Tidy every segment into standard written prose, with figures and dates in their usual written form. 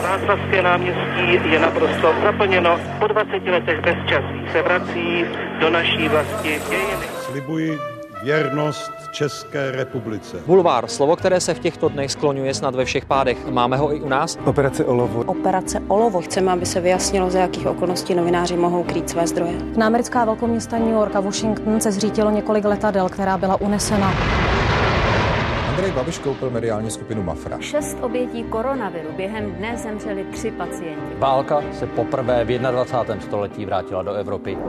Václavské náměstí je naprosto zaplněno. Po 20 letech bezčasí se vrací do naší vlasti dějiny. Slibuji věrnost České republice. Bulvár, slovo, které se v těchto dnech skloňuje snad ve všech pádech. Máme ho i u nás? Operace Olovo. Operace Olovo. Chceme, aby se vyjasnilo, za jakých okolností novináři mohou krýt své zdroje. Na americká velkoměsta New York a Washington se zřítilo několik letadel, která byla unesena. Andrej Babiš koupil mediální skupinu Mafra. 6 obětí koronaviru. Během dne zemřeli 3 pacienti. Válka se poprvé v 21. století vrátila do Evropy.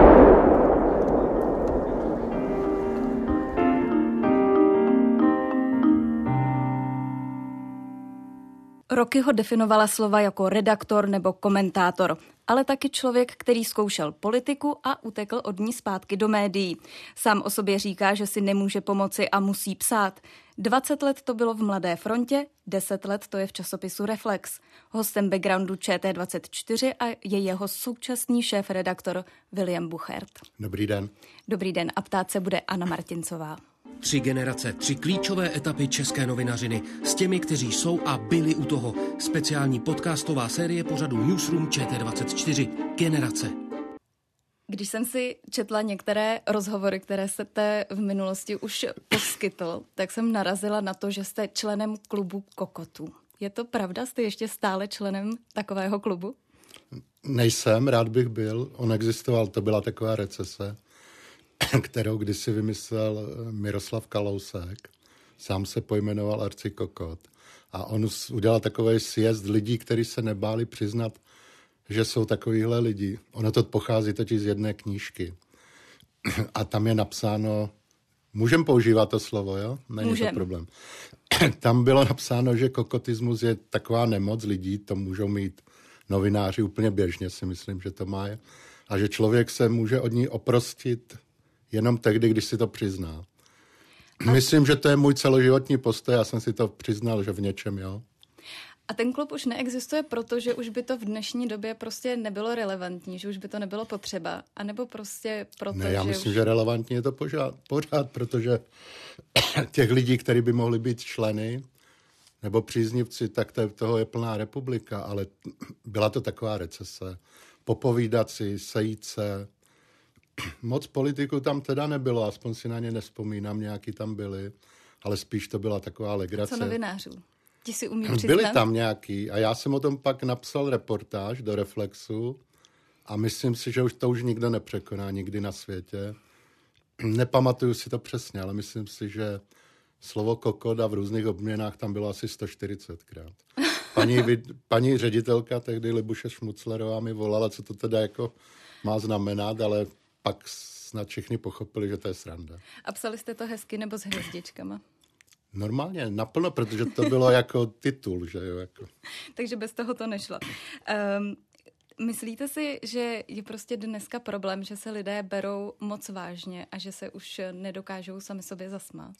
Roky ho definovala slova jako redaktor nebo komentátor, ale taky člověk, který zkoušel politiku a utekl od ní zpátky do médií. Sám o sobě říká, že si nemůže pomoci a musí psát. 20 let to bylo v Mladé frontě, 10 let to je v časopisu Reflex. Hostem backgroundu ČT24 a je jeho současný šéf-redaktor William Buchert. Dobrý den. Dobrý den, a ptát se bude Anna Martincová. 3 generace, 3 klíčové etapy české novinařiny s těmi, kteří jsou a byli u toho. Speciální podcastová série pořadu Newsroom ČT24. Generace. Když jsem si četla některé rozhovory, které jste v minulosti už poskytl, tak jsem narazila na to, že jste členem klubu Kokotů. Je to pravda? Jste ještě stále členem takového klubu? Nejsem, rád bych byl. On existoval, to byla taková recese, kterou kdysi vymyslel Miroslav Kalousek. Sám se pojmenoval Arcikokot. A on udělal takový sjezd lidí, kteří se nebáli přiznat, že jsou takovýhle lidi. Ono to pochází totiž z jedné knížky. A tam je napsáno, můžem používat to slovo, jo? Není to problém. Tam bylo napsáno, že kokotismus je taková nemoc lidí, to můžou mít novináři úplně běžně, si myslím, že to má. A že člověk se může od ní oprostit jenom tehdy, když si to přizná. Myslím, že to je můj celoživotní postoj, já jsem si to přiznal, že v něčem, jo. A ten klub už neexistuje, protože už by to v dnešní době prostě nebylo relevantní, že už by to nebylo potřeba, anebo prostě proto, ne, já myslím, už... že relevantní je to pořád, protože těch lidí, kteří by mohli být členy nebo příznivci, tak toho je plná republika, ale byla to taková recese. Popovídat si, sejít se. Moc politiků tam teda nebylo, aspoň si na ně nevzpomínám, nějaký tam byli, ale spíš to byla taková legrace. Co novinářů? Ti si umí přiznat? Byli tam nějaký a já jsem o tom pak napsal reportáž do Reflexu a myslím si, že už to už nikdo nepřekoná nikdy na světě. Nepamatuju si to přesně, ale myslím si, že slovo kokot a v různých obměnách tam bylo asi 140krát. Paní ředitelka tehdy Libuše Šmuclerová mi volala, co to teda jako má znamenat, ale pak snad všichni pochopili, že to je sranda. A psali jste to hezky nebo s hvězdičkama? Normálně, naplno, protože to bylo jako titul, že jo. Jako. Takže bez toho to nešlo. Myslíte si, že je prostě dneska problém, že se lidé berou moc vážně a že se už nedokážou sami sobě zasmát?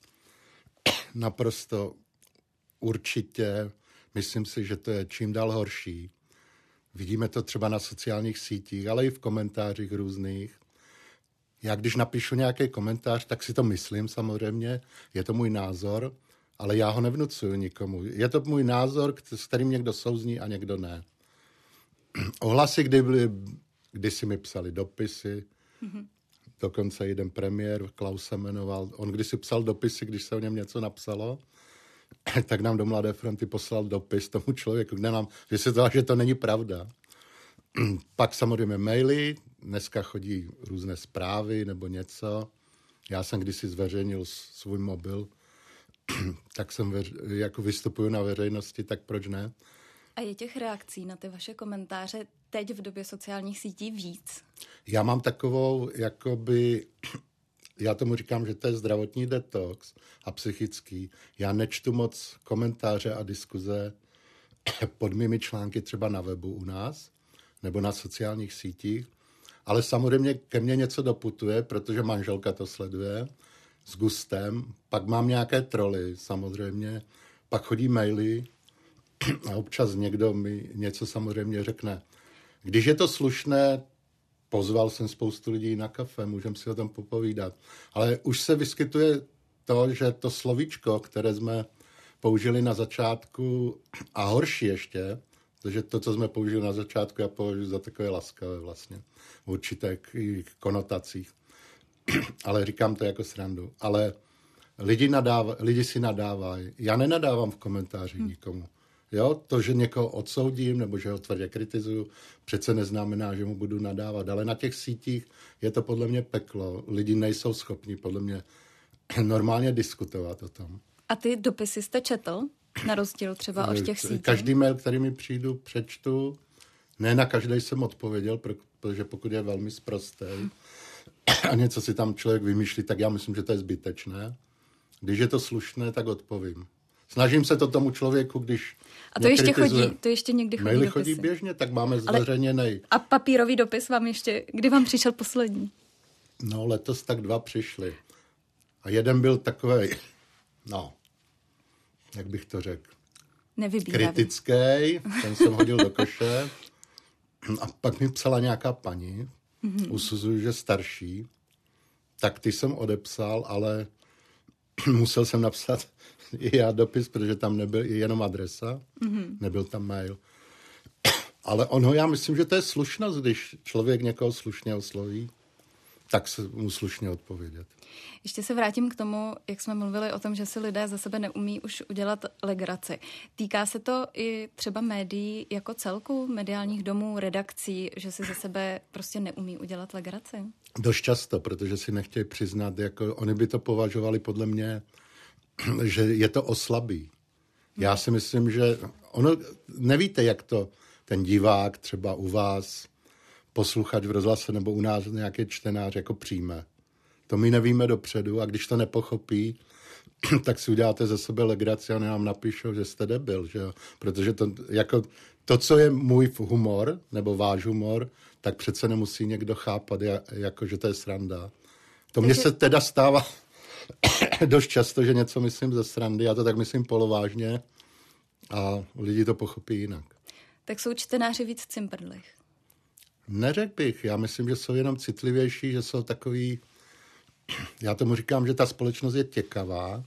Naprosto určitě. Myslím si, že to je čím dál horší. Vidíme to třeba na sociálních sítích, ale i v komentářích různých. Já když napíšu nějaký komentář, tak si to myslím samozřejmě, je to můj názor, ale já ho nevnucuju nikomu. Je to můj názor, s kterým někdo souzní a někdo ne. Ohlasy, kdy si mi psali dopisy, dokonce jeden premiér, Klaus se jmenoval, on kdysi psal dopisy, když se o něm něco napsalo, tak nám do Mladé fronty poslal dopis tomu člověku, kde nám vysvětloval, že to není pravda. Pak samozřejmě maily, dneska chodí různé zprávy nebo něco. Já jsem kdysi zveřejnil svůj mobil, tak jsem jako vystupuju na veřejnosti, tak proč ne? A je těch reakcí na ty vaše komentáře teď v době sociálních sítí víc? Já mám takovou, jakoby, já tomu říkám, že to je zdravotní detox a psychický. Já nečtu moc komentáře a diskuze pod mými články třeba na webu u nás, nebo na sociálních sítích, ale samozřejmě ke mně něco doputuje, protože manželka to sleduje s gustem, pak mám nějaké troly samozřejmě, pak chodí maily a občas někdo mi něco samozřejmě řekne. Když je to slušné, pozval jsem spoustu lidí na kafe, můžeme si o tom popovídat, ale už se vyskytuje to, že to slovíčko, které jsme použili na začátku a horší ještě, Takže to, co jsme použili na začátku, já považuji za takové laskavé vlastně v určitých konotacích. Ale říkám to jako srandu. Ale lidi si nadávají. Já nenadávám v komentářích nikomu. Jo? To, že někoho odsoudím nebo že ho tvrdě kritizuju, přece neznamená, že mu budu nadávat. Ale na těch sítích je to podle mě peklo. Lidi nejsou schopni podle mě normálně diskutovat o tom. A ty dopisy jste četl? Na rozdíl třeba od těch sítí? Každý mail, který mi přijdu, přečtu. Ne na každý jsem odpověděl, protože pokud je velmi sprostý a něco si tam člověk vymýšlí, tak já myslím, že to je zbytečné. Když je to slušné, tak odpovím. Snažím se to tomu člověku, když a to ještě kritizuje. To ještě někdy chodí maily dopisy. Chodí běžně, tak máme zveřejněnej. A papírový dopis vám ještě, kdy vám přišel poslední? No, letos tak 2 přišli. A jeden byl takovej, jak bych to řekl, kritický, ten jsem hodil do koše. A pak mi psala nějaká paní, usuzuju, že starší, tak ty jsem odepsal, ale musel jsem napsat i já dopis, protože tam nebyl jenom adresa, nebyl tam mail. Ale já myslím, že to je slušnost, když člověk někoho slušně osloví, tak se mu slušně odpovědět. Ještě se vrátím k tomu, jak jsme mluvili o tom, že si lidé za sebe neumí už udělat legraci. Týká se to i třeba médií jako celku, mediálních domů, redakcí, že si za sebe prostě neumí udělat legraci? Dost často, protože si nechtějí přiznat, jako oni by to považovali podle mě, že je to oslabí. Já si myslím, že nevíte, jak to ten divák třeba u vás, posluchač v rozhlase nebo u nás nějaký čtenář jako přijme. To my nevíme dopředu a když to nepochopí, tak si uděláte ze sebe legraci a nám napíšou, že jste debil, že jo? Protože to, co je můj humor nebo váš humor, tak přece nemusí někdo chápat, jako že to je sranda. Mně se teda stává dost často, že něco myslím ze srandy, já to tak myslím polovážně a lidi to pochopí jinak. Tak jsou čtenáři víc cimprdlých? Neřekl bych. Já myslím, že jsou jenom citlivější, že jsou takový, já tomu říkám, že ta společnost je těkavá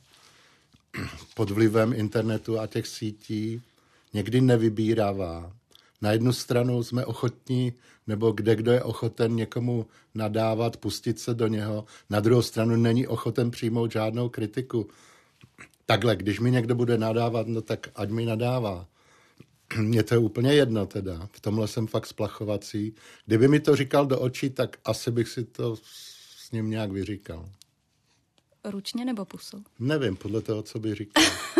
pod vlivem internetu a těch sítí, někdy nevybíravá. Na jednu stranu jsme ochotní, nebo kdo je ochoten někomu nadávat, pustit se do něho, na druhou stranu není ochoten přijmout žádnou kritiku. Takhle, když mi někdo bude nadávat, no tak ať mi nadává. Mně to je úplně jedno teda. V tomhle jsem fakt splachovací. Kdyby mi to říkal do očí, tak asi bych si to s ním nějak vyříkal. Ručně nebo pusou? Nevím, podle toho, co by říkal.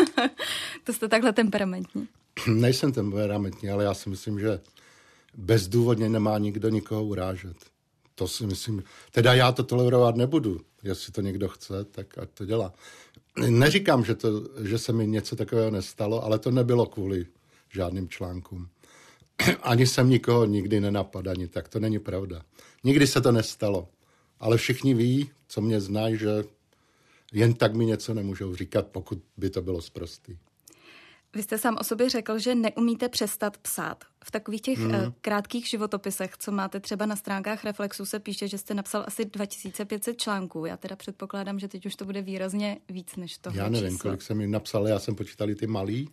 To jste takhle temperamentní. Nejsem temperamentní, ale já si myslím, že bezdůvodně nemá nikdo nikoho urážet. To si myslím. Teda já to tolerovat nebudu. Jestli to někdo chce, tak ať to dělá. Neříkám, že se mi něco takového nestalo, ale to nebylo kvůli žádným článkům. Ani jsem nikoho nikdy nenapadl, ani tak. To není pravda. Nikdy se to nestalo. Ale všichni ví, co mě znají, že jen tak mi něco nemůžou říkat, pokud by to bylo sprostý. Vy jste sám o sobě řekl, že neumíte přestat psát. V takových těch krátkých životopisech, co máte třeba na stránkách Reflexu, se píše, že jste napsal asi 2500 článků. Já teda předpokládám, že teď už to bude výrazně víc než toho. Já nevím, kolik jsem jim napsal, já jsem počítal i ty malý.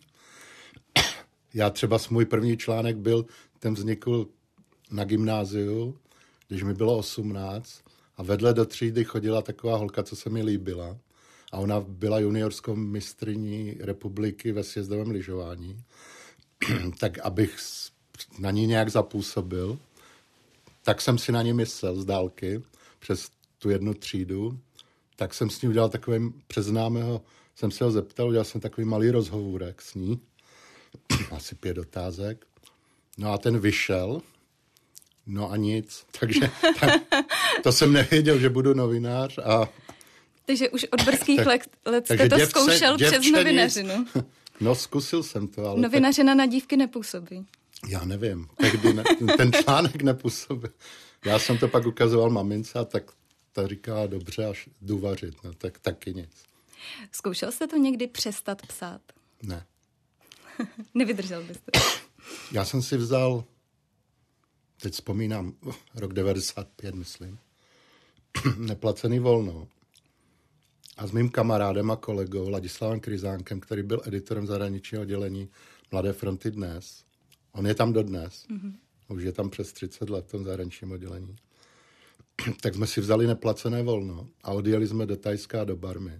Já třeba můj první článek ten vznikl na gymnáziu, když mi bylo 18 a vedle do třídy chodila taková holka, co se mi líbila. A ona byla juniorskou mistryní republiky ve sjezdovém lyžování. Tak abych na ní nějak zapůsobil, tak jsem si na ní myslel z dálky přes tu jednu třídu. Tak jsem s ní udělal přes známého, jsem se ho zeptal, udělal jsem takový malý rozhovůrek s ní. Asi 5 otázek. No a ten vyšel. No a nic. Takže to jsem nevěděl, že budu novinář a takže už od brzkých let jste to zkoušel přes novinařinu. No, zkusil jsem to, ale novinařina na dívky nepůsobí. Já nevím. Ten článek nepůsobil. Já jsem to pak ukazoval mamince a tak ta říkala, dobře, až jdu vařit. No, tak taky nic. Zkoušel jste to někdy přestat psát? Ne. Nevydržel byste? Já jsem si vzal, teď vzpomínám, rok 95, myslím, neplacený volno. A s mým kamarádem a kolegou Ladislavem Kryzánkem, který byl editorem zahraničního oddělení Mladé fronty Dnes, On je tam dodnes. Už je tam přes 30 let v tom zahraničním oddělení. Tak jsme si vzali neplacené volno a odjeli jsme do Thajska a do Barmy.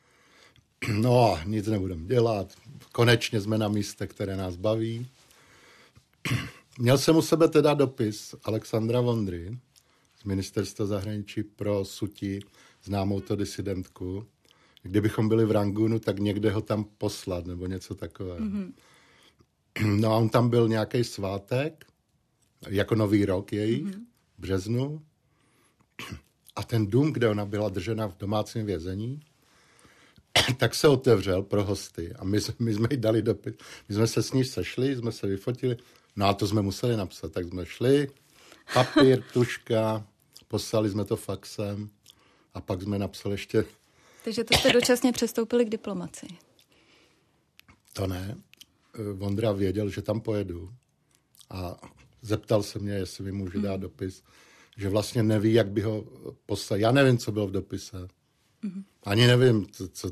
No, nic nebudeme dělat. Konečně jsme na místě, které nás baví. Měl jsem u sebe teda dopis Alexandra Vondry z Ministerstva zahraničí pro Suti, známou to disidentku. Kdybychom byli v Rangunu, tak někde ho tam poslat, nebo něco takového. No a on tam byl nějaký svátek, jako nový rok jejich, v březnu. A ten dům, kde ona byla držena v domácím vězení, tak se otevřel pro hosty. A my jsme jí dali dopis. My jsme se s ní sešli, jsme se vyfotili. No a to jsme museli napsat. Tak jsme šli, papír, tužka, poslali jsme to faxem a pak jsme napsali ještě... Takže to jste dočasně přestoupili k diplomacii. To ne. Vondra věděl, že tam pojedu a zeptal se mě, jestli mi může dát dopis, že vlastně neví, jak by ho poslal. Já nevím, co bylo v dopise. Ani nevím,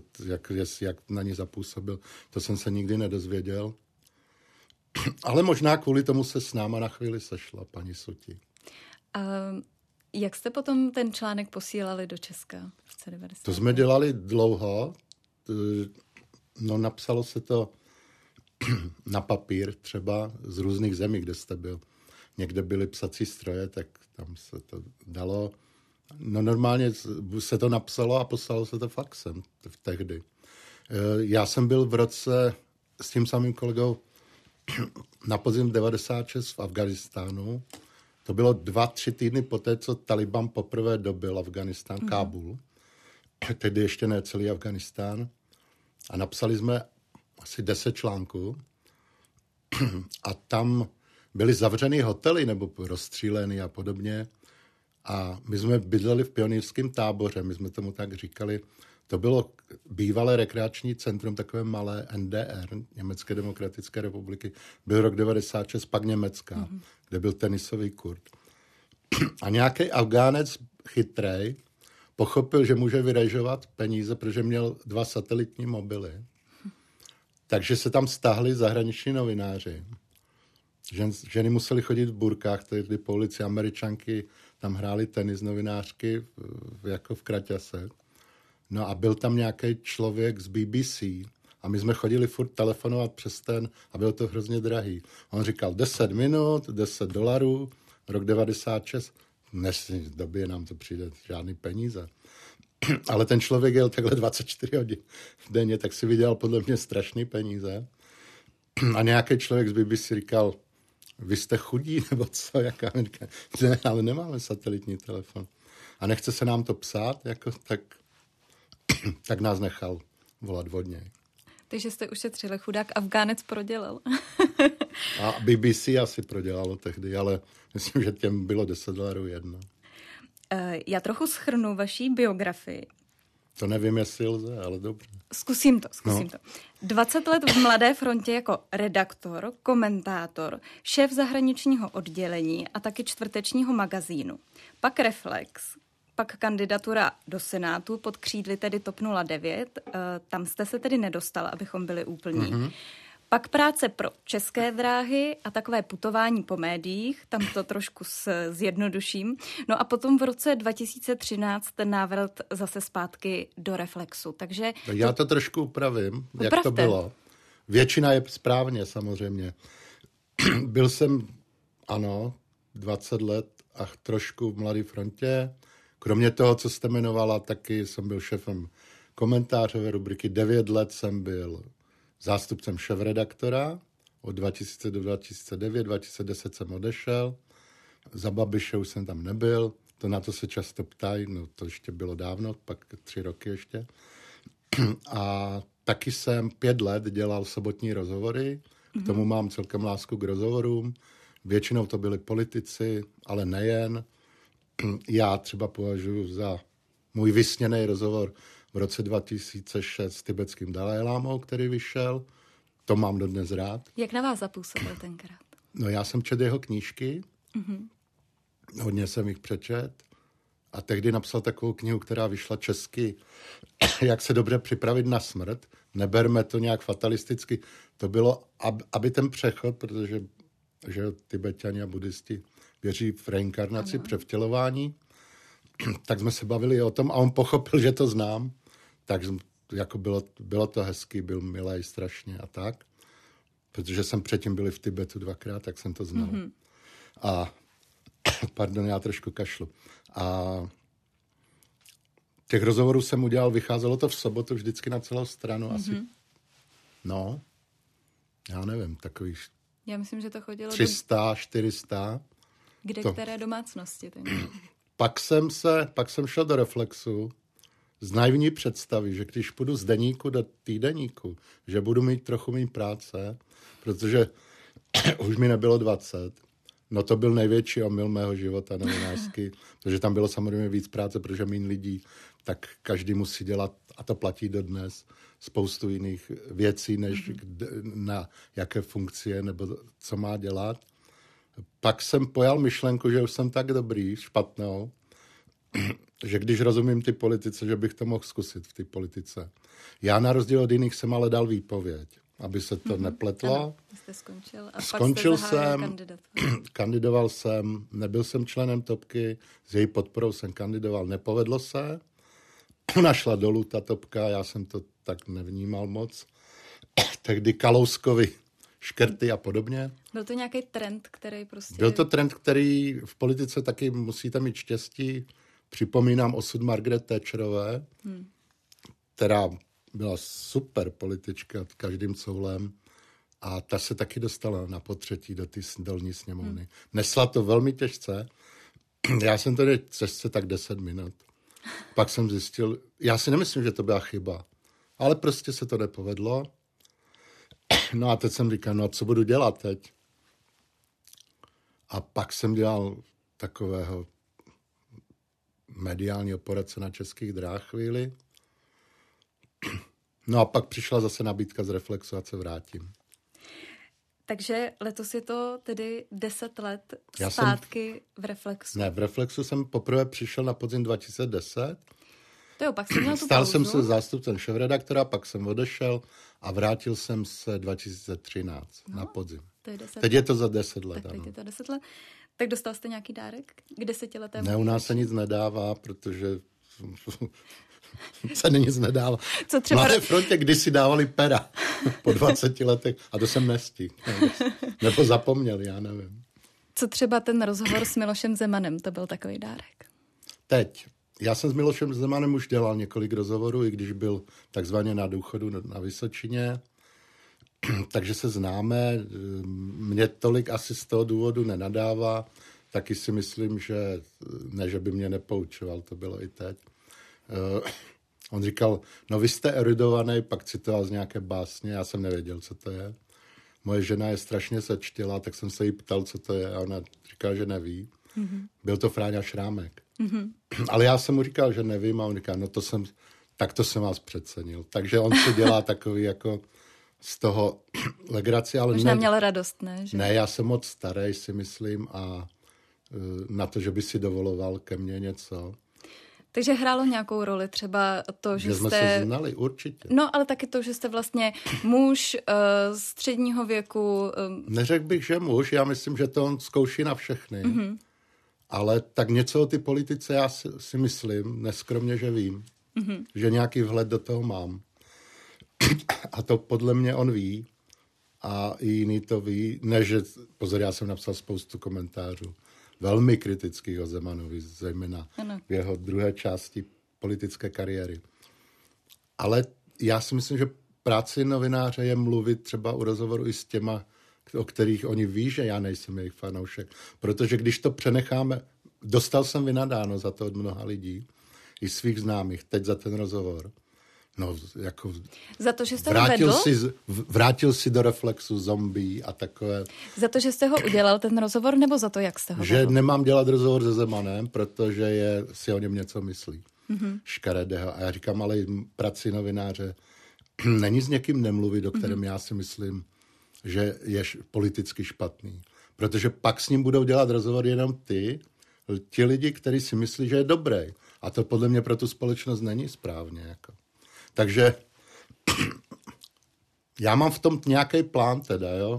jak na ní zapůsobil. To jsem se nikdy nedozvěděl. Ale možná kvůli tomu se s náma na chvíli sešla paní Suti. A jak jste potom ten článek posílali do Česka v roce 90? To jsme dělali dlouho. No, napsalo se to na papír třeba z různých zemí, kde jste byl. Někde byly psací stroje, tak tam se to dalo. No normálně se to napsalo a poslalo se to faxem tehdy. Já jsem byl v roce s tím samým kolegou na podzim 96 v Afghánistánu. To bylo 2-3 týdny poté, co Taliban poprvé dobil Afghánistán, Kábul. Tedy ještě ne celý Afghánistán. A napsali jsme asi 10 článků. A tam byly zavřený hotely nebo rozstříleny a podobně. A my jsme bydleli v pionýrském táboře, my jsme tomu tak říkali. To bylo bývalé rekreační centrum, takové malé NDR, Německé demokratické republiky. Byl rok 96, pak Německá, kde byl tenisový kurt. A nějaký Afgánec chytrej pochopil, že může vyrežovat peníze, protože měl 2 satelitní mobily. Takže se tam stáhli zahraniční novináři. Ženy museli chodit v burkách, tedy po ulici Američanky tam hráli tenis novinářky jako v kraťase. No a byl tam nějaký člověk z BBC a my jsme chodili furt telefonovat přes ten a bylo to hrozně drahý. On říkal 10 minut, $10, rok 96. V dnešní době nám to přijde žádný peníze. Ale ten člověk jel takhle 24 hodin denně, tak si vydělal podle mě strašný peníze. A nějaký člověk z BBC říkal, vy jste chudí, nebo co? Jaká? Ne, ale nemáme satelitní telefon. A nechce se nám to psát, jako, tak nás nechal volat od něj. Takže jste ušetřili, chudák Afgánec prodělal. A BBC asi prodělalo tehdy, ale myslím, že těm bylo $10 jedno. Já trochu shrnu vaší biografii. To nevím, jestli lze, ale dobře. Zkusím to. 20 let v Mladé frontě jako redaktor, komentátor, šéf zahraničního oddělení a taky čtvrtečního magazínu. Pak Reflex, pak kandidatura do Senátu pod křídly tedy TOP 09. Tam jste se tedy nedostal, abychom byli úplní. Pak práce pro České dráhy a takové putování po médiích, tam to trošku zjednoduším. No a potom v roce 2013 ten návrat zase zpátky do Reflexu. Takže já to trošku upravím, jak to bylo. Většina je správně samozřejmě. Byl jsem, 20 let a trošku v Mladé frontě. Kromě toho, co jste jmenovala, taky jsem byl šéfem komentářové rubriky. 9 let jsem byl zástupcem šéfredaktora od 2000 do 2009, 2010 jsem odešel, za Babiše už jsem tam nebyl, to na to se často ptají, no to ještě bylo dávno, pak 3 roky ještě. A taky jsem 5 let dělal sobotní rozhovory, k tomu mám celkem lásku k rozhovorům, většinou to byli politici, ale nejen. Já třeba považuji za můj vysněný rozhovor v roce 2006 s tibetským Dalajlámou, který vyšel. To mám dodnes rád. Jak na vás zapůsobil tenkrát? No já jsem četl jeho knížky. Hodně jsem jich přečet. A tehdy napsal takovou knihu, která vyšla česky. Jak se dobře připravit na smrt. Neberme to nějak fatalisticky. To bylo, aby ten přechod, protože že Tibetani a buddhisti věří v reinkarnaci, převtělování, tak jsme se bavili o tom a on pochopil, že to znám, tak jako bylo to hezký, byl milej strašně a tak, protože jsem předtím byl v Tibetu 2krát, tak jsem to znal. A pardon, já trošku kašlu. A těch rozhovorů jsem udělal, vycházelo to v sobotu vždycky na celou stranu asi, no, já nevím, takových Já myslím, že to chodilo 300, 400. Které domácnosti? Pak jsem šel do Reflexu z naivní představy, že když půjdu z deníku do týdeníku, že budu mít trochu méně práce, protože už mi nebylo 20. No to byl největší omyl mého života novinářský, protože tam bylo samozřejmě víc práce, protože méně lidí, tak každý musí dělat, a to platí dodnes, spoustu jiných věcí, než na jaké funkcie nebo co má dělat. Pak jsem pojal myšlenku, že už jsem tak dobrý, špatnou, že když rozumím ty politice, že bych to mohl zkusit v té politice. Já na rozdíl od jiných jsem ale dal výpověď, aby se to nepletlo. Ano, jste skončil. A skončil jsem, kandidoval jsem, nebyl jsem členem Topky, s její podporou jsem kandidoval, nepovedlo se. Ona šla dolů, ta Topka, já jsem to tak nevnímal moc. Tehdy Kalouskovi škrty a podobně. Byl to nějaký trend, který prostě... Byl to trend, který v politice taky musíte mít štěstí. Připomínám osud Margaret Thatcherové, která byla super politička každým coulem a ta se taky dostala na potřetí do té dolní sněmovny. Nesla to velmi těžce. Já jsem tady cestce tak 10 minut. Pak jsem zjistil, já si nemyslím, že to byla chyba, ale prostě se to nepovedlo. No a teď jsem říkal, no a co budu dělat teď? A pak jsem dělal takového mediálního poradce na Českých dráh chvíli. No a pak přišla zase nabídka z Reflexu a se vrátím. Takže letos je to tedy 10 let zpátky v Reflexu. Ne, v Reflexu jsem poprvé přišel na podzim 2010. To jo, pak jsem měl tu Stal pauzu. jsem se zástupcem šéfredaktora, pak jsem odešel a vrátil jsem se 2013 na podzim. To je 10 teď je to za 10 let. Tak teď ano. je to 10 let. Tak dostal jste nějaký dárek k 10letému? Ne, u nás se nic nedává, protože se nic nedává. Co třeba... Mladé frontě kdysi dávali pera po 20 letech a to jsem nestihl. Nebo zapomněl, já nevím. Co třeba ten rozhovor s Milošem Zemanem, to byl takový dárek? Teď. Já jsem s Milošem Zemanem už dělal několik rozhovorů, i když byl takzvaně na důchodu na Vysočině. Takže se známe. Mě tolik asi z toho důvodu nenadává. Taky si myslím, že ne, že by mě nepoučoval, to bylo i teď. On říkal, no vy jste erudovaný, pak citoval z nějaké básně, já jsem nevěděl, co to je. Moje žena je strašně sečtělá, tak jsem se jí ptal, co to je a ona říkala, že neví. Byl to Fráňa Šrámek. Ale já jsem mu říkal, že nevím a on říkal, no to jsem vás přecenil. Takže on si dělá takový jako z toho legraci, ale možná měl radost, ne? Že? Ne, já jsem moc starý, si myslím, a na to, že by si dovoloval ke mně něco. Takže hrálo nějakou roli třeba to, že jsme jste... se znali, určitě. No, ale taky to, že jste vlastně muž středního věku. Neřekl bych, že muž, já myslím, že to on zkouší na všechny. Ale tak něco o ty politice já si myslím, neskromně, že vím. Že nějaký vhled do toho mám. A to podle mě on ví. A i jiný to ví. Ne, že, pozor, já jsem napsal spoustu komentářů. Velmi kritických o Zemanovi, zejména v jeho druhé části politické kariéry. Ale já si myslím, že práci novináře je mluvit třeba u rozhovoru i s těma, o kterých oni ví, že já nejsem jejich fanoušek. Protože když to přenecháme, dostal jsem vynadáno za to od mnoha lidí, i svých známých, teď za ten rozhovor. No, jako za to, že jste ho vedl? Vrátil si do Reflexu zombie a takové. Za to, že jste ho udělal, ten rozhovor, nebo za to, jak jste ho že vedl? Nemám dělat rozhovor se Zemanem, protože si o něm něco myslí. Škaredého. A já říkám, ale prací novináře není s někým nemluvit, o kterém já si myslím, že je politicky špatný. Protože pak s ním budou dělat rozhovor jenom ti lidi, kteří si myslí, že je dobrý. A to podle mě pro tu společnost není správně. Jako. Takže já mám v tom nějaký plán teda, jo.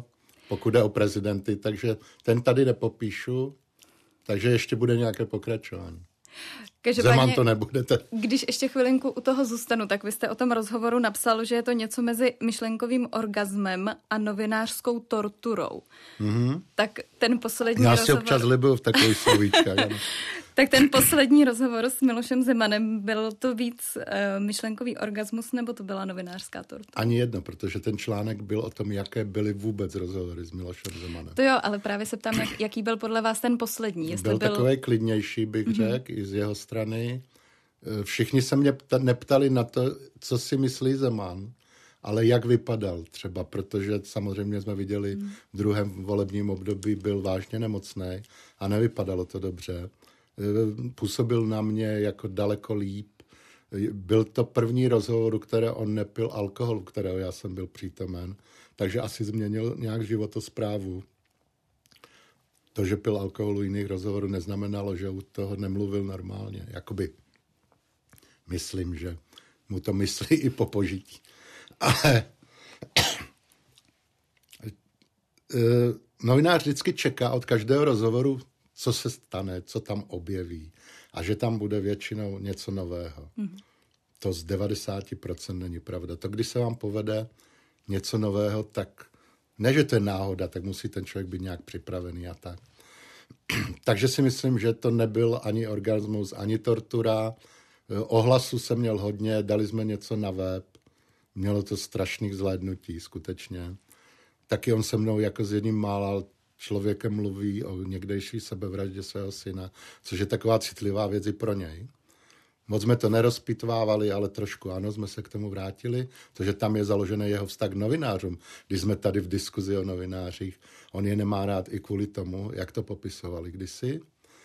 pokud jde o prezidenty, takže ten tady nepopíšu, takže ještě bude nějaké pokračování. Zeman to nebudete. Když ještě chvilinku u toho zůstanu, tak vy jste o tom rozhovoru napsal, že je to něco mezi myšlenkovým orgazmem a novinářskou torturou. Mm-hmm. Tak ten poslední rozhovor... Já si občas libuju v takových slovíčkách. Tak ten poslední rozhovor s Milošem Zemanem, byl to víc myšlenkový orgasmus, nebo to byla novinářská tortura? Ani jedno, protože ten článek byl o tom, jaké byly vůbec rozhovory s Milošem Zemanem. To jo, ale právě se ptám, jaký byl podle vás ten poslední. Byl takový klidnější, bych řekl, i z jeho strany. Všichni se mě neptali na to, co si myslí Zeman, ale jak vypadal třeba, protože samozřejmě jsme viděli v druhém volebním období byl vážně nemocný a nevypadalo to dobře. Působil na mě jako daleko líp. Byl to první rozhovor, které on nepil alkohol, kterého já jsem byl přítomen, takže asi změnil nějak životosprávu. To, že pil alkohol u jiných rozhovorů, neznamenalo, že u toho nemluvil normálně. Jakoby myslím, že mu to myslí i po požití. Ale novinář vždycky čeká od každého rozhovoru, co se stane, co tam objeví a že tam bude většinou něco nového. To z 90% není pravda. To, když se vám povede něco nového, tak ne, že to je náhoda, tak musí ten člověk být nějak připravený a tak. Takže si myslím, že to nebyl ani orgasmus, ani tortura. Ohlasu jsem měl hodně, dali jsme něco na web, mělo to strašných zhlédnutí, skutečně. Taky on se mnou jako s jedním mála člověkem mluví o někdejší sebevraždě svého syna, což je taková citlivá věc i pro něj. Moc jsme to nerozpitvávali, ale trošku ano, jsme se k tomu vrátili, protože tam je založený jeho vztah k novinářům. Když jsme tady v diskuzi o novinářích, on je nemá rád i kvůli tomu, jak to popisovali kdysi.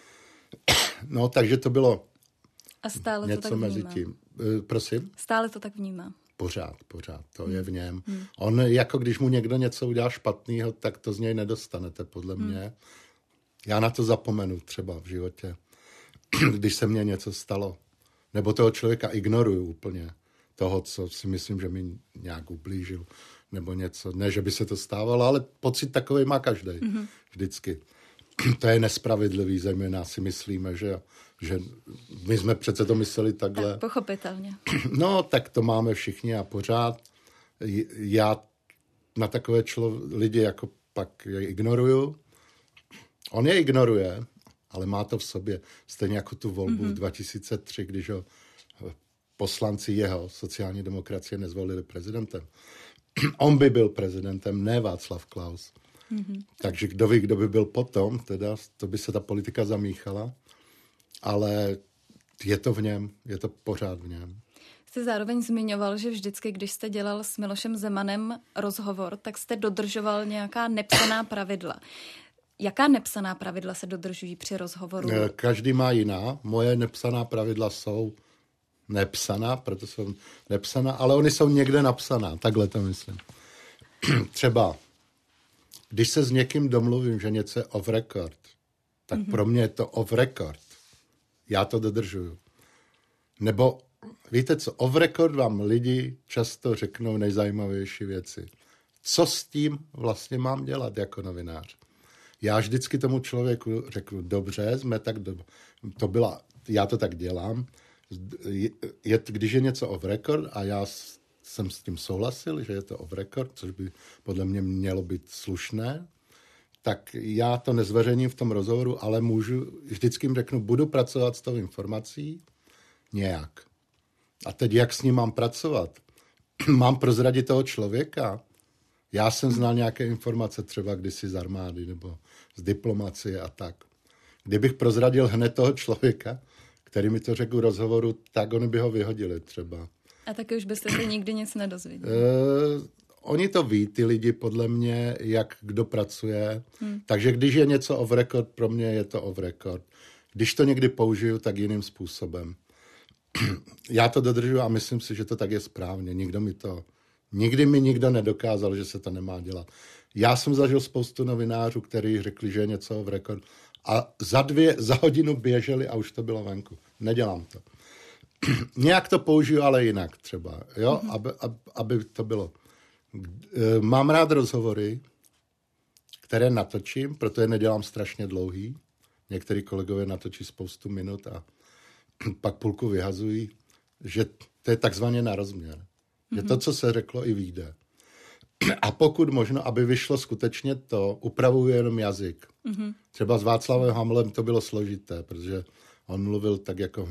No, takže to bylo a stále něco to tak mezi vnímá. tím. Prosím? Stále to tak vnímá. Pořád, to je v něm. On, jako když mu někdo něco udělá špatného, tak to z něj nedostanete, podle mě. Já na to zapomenu třeba v životě, když se mně něco stalo. Nebo toho člověka ignoruju úplně. Toho, co si myslím, že mi nějak ublížil. Nebo něco. Ne, že by se to stávalo, ale pocit takovej má každý. Vždycky. To je nespravedlivý, zejména si myslíme, že my jsme přece to mysleli takhle. Tak pochopitelně. No, tak to máme všichni a pořád. Já na takové lidi jako pak je ignoruju. On je ignoruje, ale má to v sobě. Stejně jako tu volbu v 2003, když ho poslanci jeho sociální demokracie nezvolili prezidentem. On by byl prezidentem, ne Václav Klaus. Takže kdo ví, kdo by byl potom, teda to by se ta politika zamíchala, ale je to v něm, je to pořád v něm. Jste zároveň zmiňoval, že vždycky, když jste dělal s Milošem Zemanem rozhovor, tak jste dodržoval nějaká nepsaná pravidla. Jaká nepsaná pravidla se dodržují při rozhovoru? Každý má jiná. Moje nepsaná pravidla jsou nepsaná, proto jsou nepsaná, ale oni jsou někde napsaná, takhle to myslím. Třeba když se s někým domluvím, že něco je off record, tak pro mě je to off record. Já to dodržuju. Nebo víte co, off record vám lidi často řeknou nejzajímavější věci. Co s tím vlastně mám dělat jako novinář? Já vždycky tomu člověku řeknu, dobře, já to tak dělám. Když je něco off record a já jsem s tím souhlasil, že je to off record, což by podle mě mělo být slušné, tak já to nezveřejním v tom rozhovoru, ale vždycky jim řeknu, budu pracovat s tou informací nějak. A teď jak s ním mám pracovat? Mám prozradit toho člověka? Já jsem znal nějaké informace třeba kdysi z armády nebo z diplomacie a tak. Kdybych prozradil hned toho člověka, který mi to řekl v rozhovoru, tak oni by ho vyhodili třeba. A taky už byste se nikdy nic nedozvěděli. Oni to ví, ty lidi, podle mě, jak kdo pracuje. Takže když je něco off record, pro mě je to off record. Když to někdy použiju, tak jiným způsobem. Já to dodržuji a myslím si, že to tak je správně. Nikdy mi nikdo nedokázal, že se to nemá dělat. Já jsem zažil spoustu novinářů, kteří řekli, že je něco off record a za hodinu běželi a už to bylo venku. Nedělám to. Nějak to použiju, ale jinak třeba, jo, aby to bylo. Mám rád rozhovory, které natočím, proto je nedělám strašně dlouhý. Některý kolegové natočí spoustu minut a pak půlku vyhazují, že to je takzvaně na rozměr. Že to, co se řeklo, i vyjde. A pokud možno, aby vyšlo skutečně to, upravuju jenom jazyk. Třeba s Václavem Hamlem to bylo složité, protože on mluvil tak jako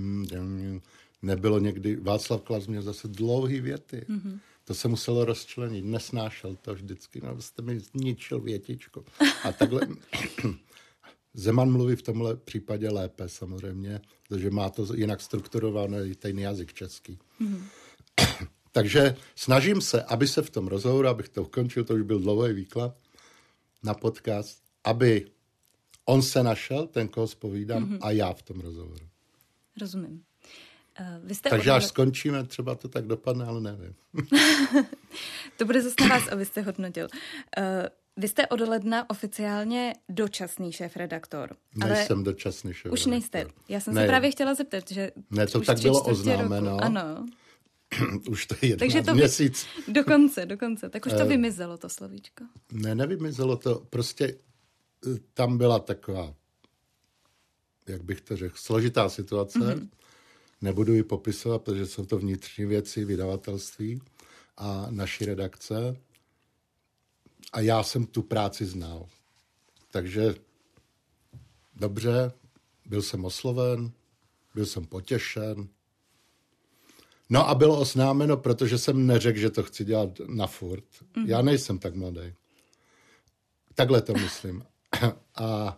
nebylo někdy, Václav Klaus měl zase dlouhý věty. To se muselo rozčlenit, nesnášel to vždycky, no jste mi zničil větičku. A takhle Zeman mluví v tomhle případě lépe samozřejmě, protože má to jinak strukturovaný ten jazyk český. Takže snažím se, aby se v tom rozhovoru, abych to ukončil, to už byl dlouhý výklad na podcast, aby on se našel, ten, koho zpovídám, a já v tom rozhovoru. Rozumím. Takže až skončíme, třeba to tak dopadne, ale nevím. To bude zase na vás, abyste hodnotil. Vy jste od ledna oficiálně dočasný šéfredaktor. Nejsem dočasný šéfredaktor. Už nejste. Já jsem se právě chtěla zeptat, že ne, to tak bylo oznámeno. Ano. Už to je 11 měsíc. Dokonce. Tak už to vymizelo, to slovíčko. Nevymizelo to. Prostě tam byla taková, jak bych to řekl, složitá situace. Nebudu ji popisovat, protože jsou to vnitřní věci vydavatelství a naší redakce. A já jsem tu práci znal. Takže dobře, byl jsem osloven, byl jsem potěšen. No a bylo oznámeno, protože jsem neřekl, že to chci dělat na furt. Já nejsem tak mladý. Takhle to myslím. A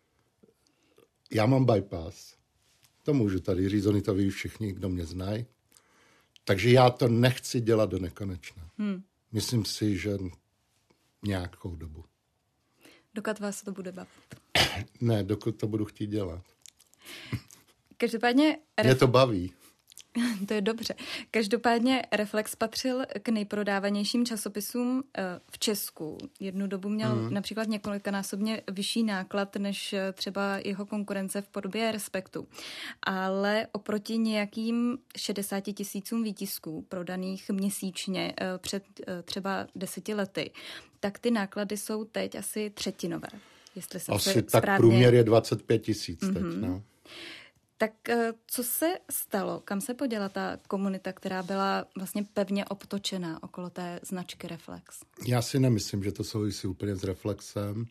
já mám bypass. To můžu tady říct, oni to ví všichni, kdo mě znají. Takže já to nechci dělat do nekonečna. Myslím si, že nějakou dobu. Dokud vás to bude bavit? Ne, dokud to budu chtít dělat. Každopádně... Mě to baví. To je dobře. Každopádně Reflex patřil k nejprodávanějším časopisům v Česku. Jednu dobu měl například několikanásobně vyšší náklad než třeba jeho konkurence v podobě Respektu. Ale oproti nějakým 60 000 výtisků prodaných měsíčně před třeba 10 lety, tak ty náklady jsou teď asi třetinové. Jestli jsem asi se tak správně... průměr je 25 000 teď, no. Tak co se stalo? Kam se poděla ta komunita, která byla vlastně pevně obtočená okolo té značky Reflex? Já si nemyslím, že to souvisí úplně s Reflexem.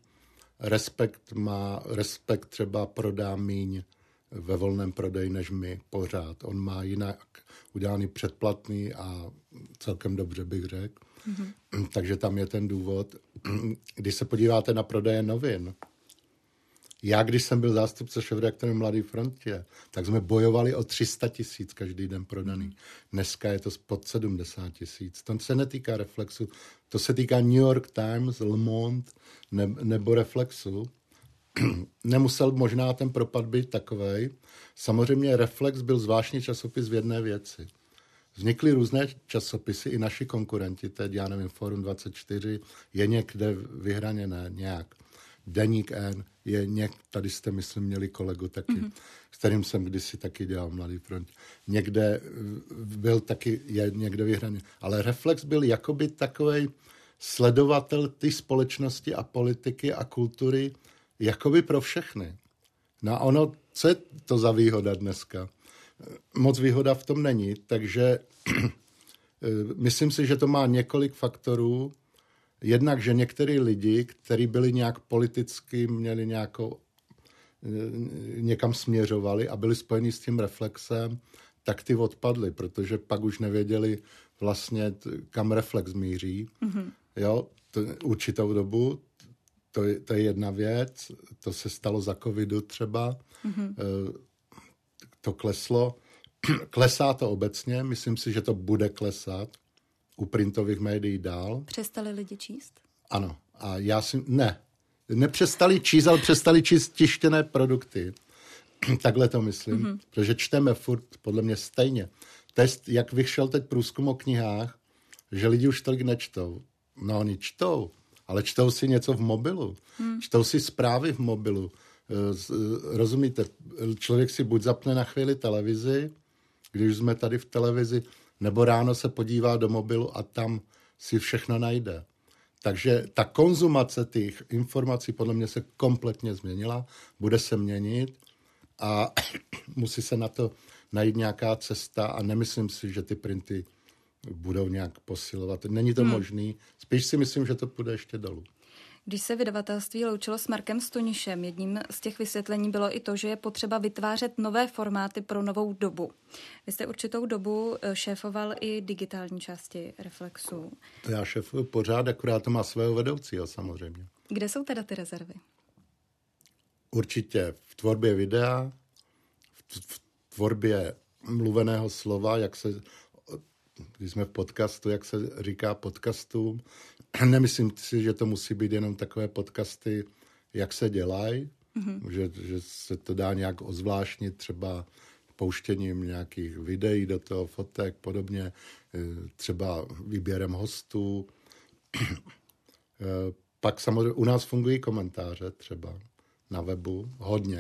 Respekt třeba prodá míň ve volném prodeji než my pořád. On má jinak udělaný předplatný a celkem dobře bych řekl. Takže tam je ten důvod. Když se podíváte na prodeje novin, já, když jsem byl zástupce šéfredaktorem Mladé frontě, tak jsme bojovali o 300 000 každý den prodaný. Dneska je to pod 70 000. To se netýká Reflexu, to se týká New York Times, Le Monde nebo Reflexu. Nemusel možná ten propad být takovej. Samozřejmě Reflex byl zvláštní časopis v jedné věci. Vznikly různé časopisy, i naši konkurenti, teď, já nevím, Forum 24, je někde vyhraněné nějak. Deník N je tady jste, myslím, měli kolegu taky, s kterým jsem kdysi taky dělal Mladý front. Někde byl taky, je někde vyhraněn. Ale Reflex byl jakoby takovej sledovatel té společnosti a politiky a kultury jakoby pro všechny. No a ono, co je to za výhoda dneska? Moc výhoda v tom není, takže myslím si, že to má několik faktorů. Jednak, že některý lidi, kteří byli nějak politicky, měli někam směřovali a byli spojeni s tím Reflexem, tak ty odpadli, protože pak už nevěděli vlastně, kam Reflex míří. Jo, určitou dobu, to je jedna věc, to se stalo za covidu třeba, to kleslo. Klesá to obecně, myslím si, že to bude klesat u printových médií dál. Přestali lidi číst? Ano. A já si... Nepřestali číst, ale přestali číst tištěné produkty. Takhle to myslím. Protože čteme furt, podle mě stejně. Test, jak vyšel teď průzkum o knihách, že lidi už tolik nečtou. No, oni čtou, ale čtou si něco v mobilu. Čtou si zprávy v mobilu. Rozumíte? Člověk si buď zapne na chvíli televizi, když jsme tady v televizi, nebo ráno se podívá do mobilu a tam si všechno najde. Takže ta konzumace těch informací podle mě se kompletně změnila, bude se měnit a musí se na to najít nějaká cesta a nemyslím si, že ty printy budou nějak posilovat. Není to možný, spíš si myslím, že to půjde ještě dolů. Když se vydavatelství loučilo s Markem Stonišem, jedním z těch vysvětlení bylo i to, že je potřeba vytvářet nové formáty pro novou dobu. Vy jste určitou dobu šéfoval i digitální části Reflexu. To já šéfuju pořád, akorát to má svého vedoucího samozřejmě. Kde jsou teda ty rezervy? Určitě v tvorbě videa, v tvorbě mluveného slova, když jsme v podcastu, jak se říká podcastům. Nemyslím si, že to musí být jenom takové podcasty, jak se dělají, že se to dá nějak ozvláštnit třeba pouštěním nějakých videí do toho, fotek, podobně, třeba výběrem hostů. Pak samozřejmě u nás fungují komentáře třeba na webu, hodně.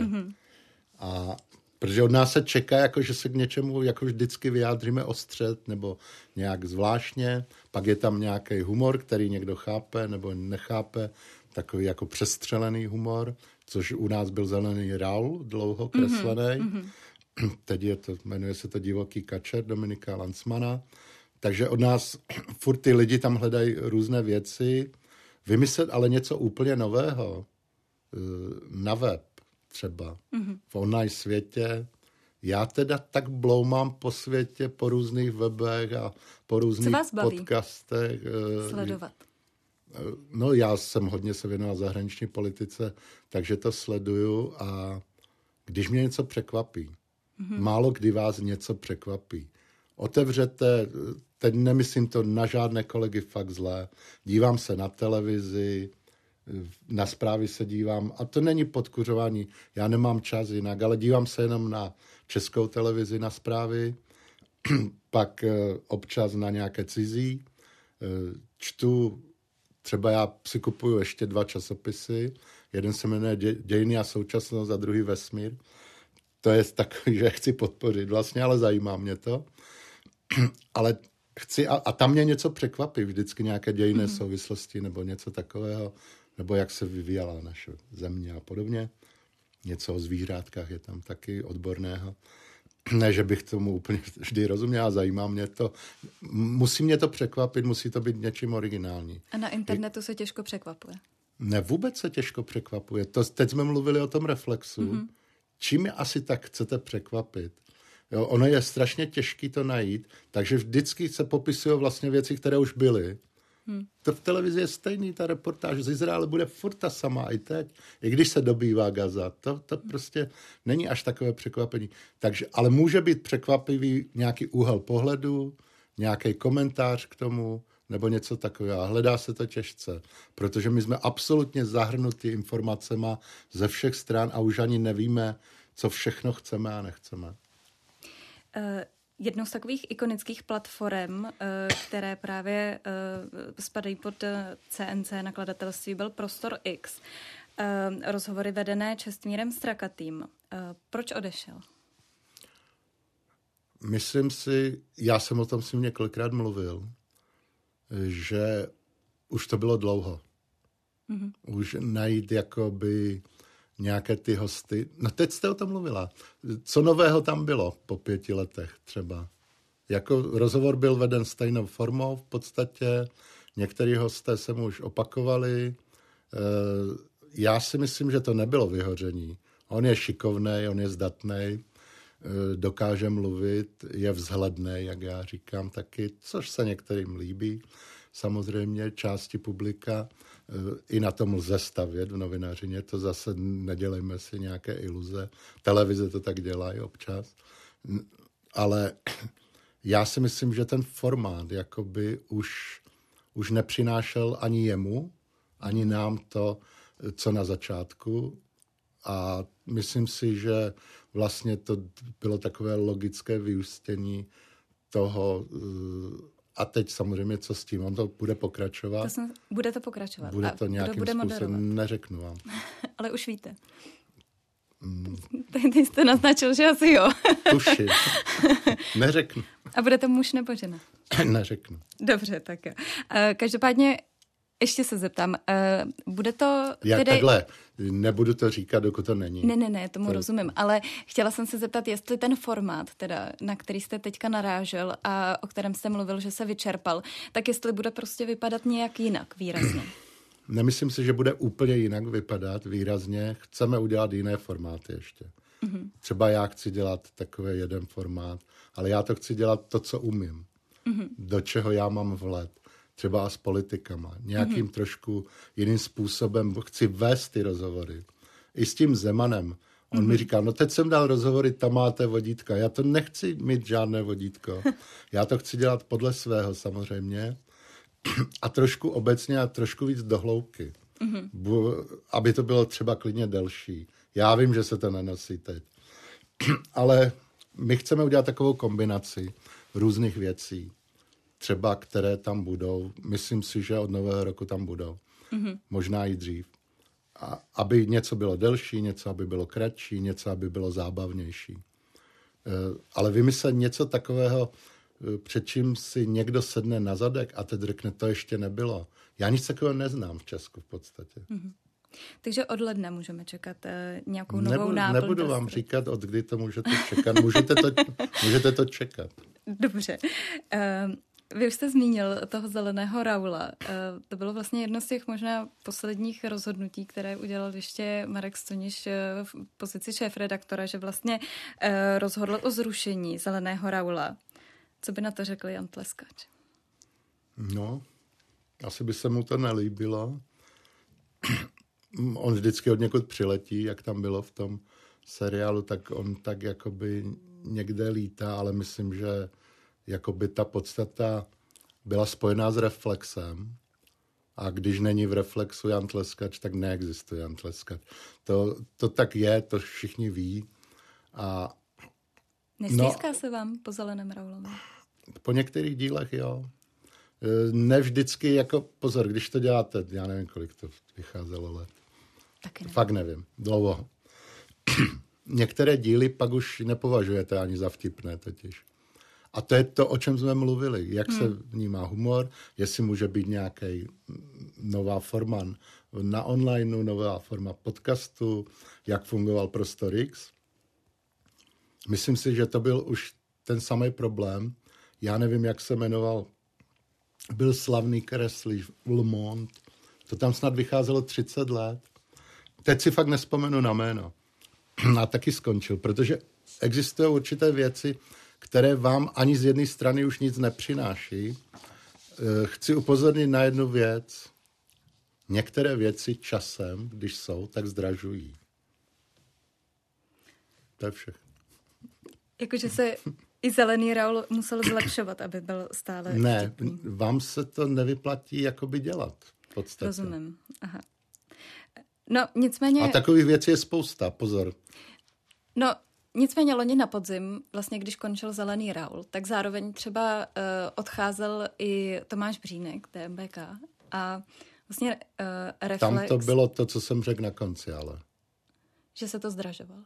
A protože od nás se čeká, jako, že se k něčemu jako vždycky vyjádříme ostřet nebo nějak zvláštně. Pak je tam nějaký humor, který někdo chápe nebo nechápe. Takový jako přestřelený humor, což u nás byl Zelený Raul, dlouho kreslený. Teď jmenuje se to Divoký kačer Dominika Lancmana. Takže od nás furt ty lidi tam hledají různé věci. Vymyslet ale něco úplně nového na web třeba v online světě. Já teda tak bloumám po světě, po různých webech a po různých podcastech. Sledovat? No já jsem hodně se věnoval zahraniční politice, takže to sleduju a když mě něco překvapí, málo kdy vás něco překvapí. Otevřete, teď nemyslím to na žádné kolegy fakt zlé, dívám se na televizi, na zprávy se dívám, a to není podkuřování, já nemám čas jinak, ale dívám se jenom na Českou televizi, na zprávy, pak občas na nějaké cizí, čtu, třeba já si kupuju ještě 2 časopisy, jeden se jmenuje Dějiny a současnost a druhý Vesmír, to je takový, že chci podpořit vlastně, ale zajímá mě to, ale chci, a tam mě něco překvapí, vždycky nějaké dějinné souvislosti nebo něco takového, nebo jak se vyvíjela naše země a podobně. Něco o zvířátkách je tam taky odborného. Ne, že bych tomu úplně vždy rozuměl, zajímá mě to. Musí mě to překvapit, musí to být něčím originální. A na internetu se těžko překvapuje? Ne, vůbec se těžko překvapuje. Teď jsme mluvili o tom Reflexu. Čím je asi tak chcete překvapit? Jo, ono je strašně těžké to najít, takže vždycky se popisují vlastně věci, které už byly. To v televizi je stejný, ta reportáž z Izraele bude furt ta sama i teď, i když se dobývá Gaza. To prostě není až takové překvapení. Takže, ale může být překvapivý nějaký úhel pohledu, nějaký komentář k tomu, nebo něco takového. A hledá se to těžce, protože my jsme absolutně zahrnuti informacema ze všech stran a už ani nevíme, co všechno chceme a nechceme. Jednou z takových ikonických platform, které právě spadají pod CNC nakladatelství, byl Prostor X. Rozhovory vedené Čestmírem Strakatým. Proč odešel? Myslím si, já jsem o tom s ním několikrát mluvil, že už to bylo dlouho. Už najít jakoby nějaké ty hosty. No teď jste o tom mluvila. Co nového tam bylo po 5 letech třeba? Jako rozhovor byl veden stejnou formou v podstatě. Některý hosté se mu už opakovali. Já si myslím, že to nebylo vyhoření. On je šikovnej, on je zdatnej, dokáže mluvit, je vzhlednej, jak já říkám taky, což se některým líbí. Samozřejmě části publika, i na tom lze stavět v novinařině, to zase nedělejme si nějaké iluze. Televize to tak dělají občas. Ale já si myslím, že ten formát jakoby už nepřinášel ani jemu, ani nám to, co na začátku. A myslím si, že vlastně to bylo takové logické vyústění toho. A teď samozřejmě, co s tím? On to bude pokračovat? Bude to pokračovat. Bude to nějakým způsobem, neřeknu vám. Ale už víte. Teď jste naznačil, že asi jo. Tuším. Neřeknu. A bude to muž nebo žena? Neřeknu. Dobře, tak jo. Každopádně Ještě se zeptám, bude to tedy... Takhle, nebudu to říkat, dokud to není. Ne, tomu rozumím, ale chtěla jsem se zeptat, jestli ten formát, teda, na který jste teďka narážel a o kterém jste mluvil, že se vyčerpal, tak jestli bude prostě vypadat nějak jinak výrazně. Nemyslím si, že bude úplně jinak vypadat výrazně. Chceme udělat jiné formáty ještě. Třeba já chci dělat takový jeden formát, ale já to chci dělat to, co umím. Do čeho já mám vhled. Třeba s politikama. Nějakým trošku jiným způsobem chci vést ty rozhovory. I s tím Zemanem. On mi říká, no teď jsem dal rozhovory, tam máte vodítka. Já to nechci mít žádné vodítko. Já to chci dělat podle svého samozřejmě. A trošku obecně a trošku víc do hloubky. Aby to bylo třeba klidně delší. Já vím, že se to nenosí teď. Ale my chceme udělat takovou kombinaci různých věcí. Třeba, které tam budou. Myslím si, že od nového roku tam budou. Možná i dřív. A aby něco bylo delší, něco, aby bylo kratší, něco, aby bylo zábavnější. Ale vymyslet něco takového, před čím si někdo sedne na zadek a teď řekne, to ještě nebylo. Já nic takového neznám v Česku v podstatě. Takže od ledna můžeme čekat nějakou novou náplň. Nebudu vám říkat, od kdy to můžete čekat. Můžete to čekat. Dobře. Vy už jste zmínil toho zeleného Raula. To bylo vlastně jedno z těch možná posledních rozhodnutí, které udělal ještě Marek Stoniš v pozici šéfredaktora, že vlastně rozhodl o zrušení zeleného Raula. Co by na to řekl Jan Tleskač? No, asi by se mu to nelíbilo. On vždycky od někud přiletí, jak tam bylo v tom seriálu, tak on tak jakoby někde lítá, ale myslím, že jakoby ta podstata byla spojená s reflexem. A když není v reflexu Jan Tleskač, tak neexistuje Jan Tleskač. To tak je, to všichni ví. A nestýská se vám po zeleném Raulovi? Po některých dílech, jo. Ne vždycky, jako pozor, když to děláte, já nevím, kolik to vycházelo let. Taky ne. Fakt nevím, dlouho. Některé díly pak už nepovažujete ani za vtipné totiž. A to je to, o čem jsme mluvili. Jak se vnímá humor, jestli může být nějaký nová forma na onlineu, nová forma podcastu, jak fungoval Prostor X. Myslím si, že to byl už ten samý problém. Já nevím, jak se jmenoval. Byl slavný kreslíř Le Monde. To tam snad vycházelo 30 let. Teď si fakt nespomenu na jméno. A taky skončil, protože existují určité věci, které vám ani z jedné strany už nic nepřináší. Chci upozornit na jednu věc. Některé věci časem, když jsou, tak zdražují. To je všechno. Jakože se i zelený Raul musel zlepšovat, aby byl stále Ne, vtipný. vám se to nevyplatí jakoby dělat. V podstatě. Rozumím. Aha. No, nicméně... A takových věcí je spousta, pozor. No, nicméně loni na podzim, vlastně když končil zelený Raul, tak zároveň třeba odcházel i Tomáš Břínek, TMBK, a vlastně Reflex... Tam to bylo to, co jsem řekl na konci, ale... Že se to zdražoval.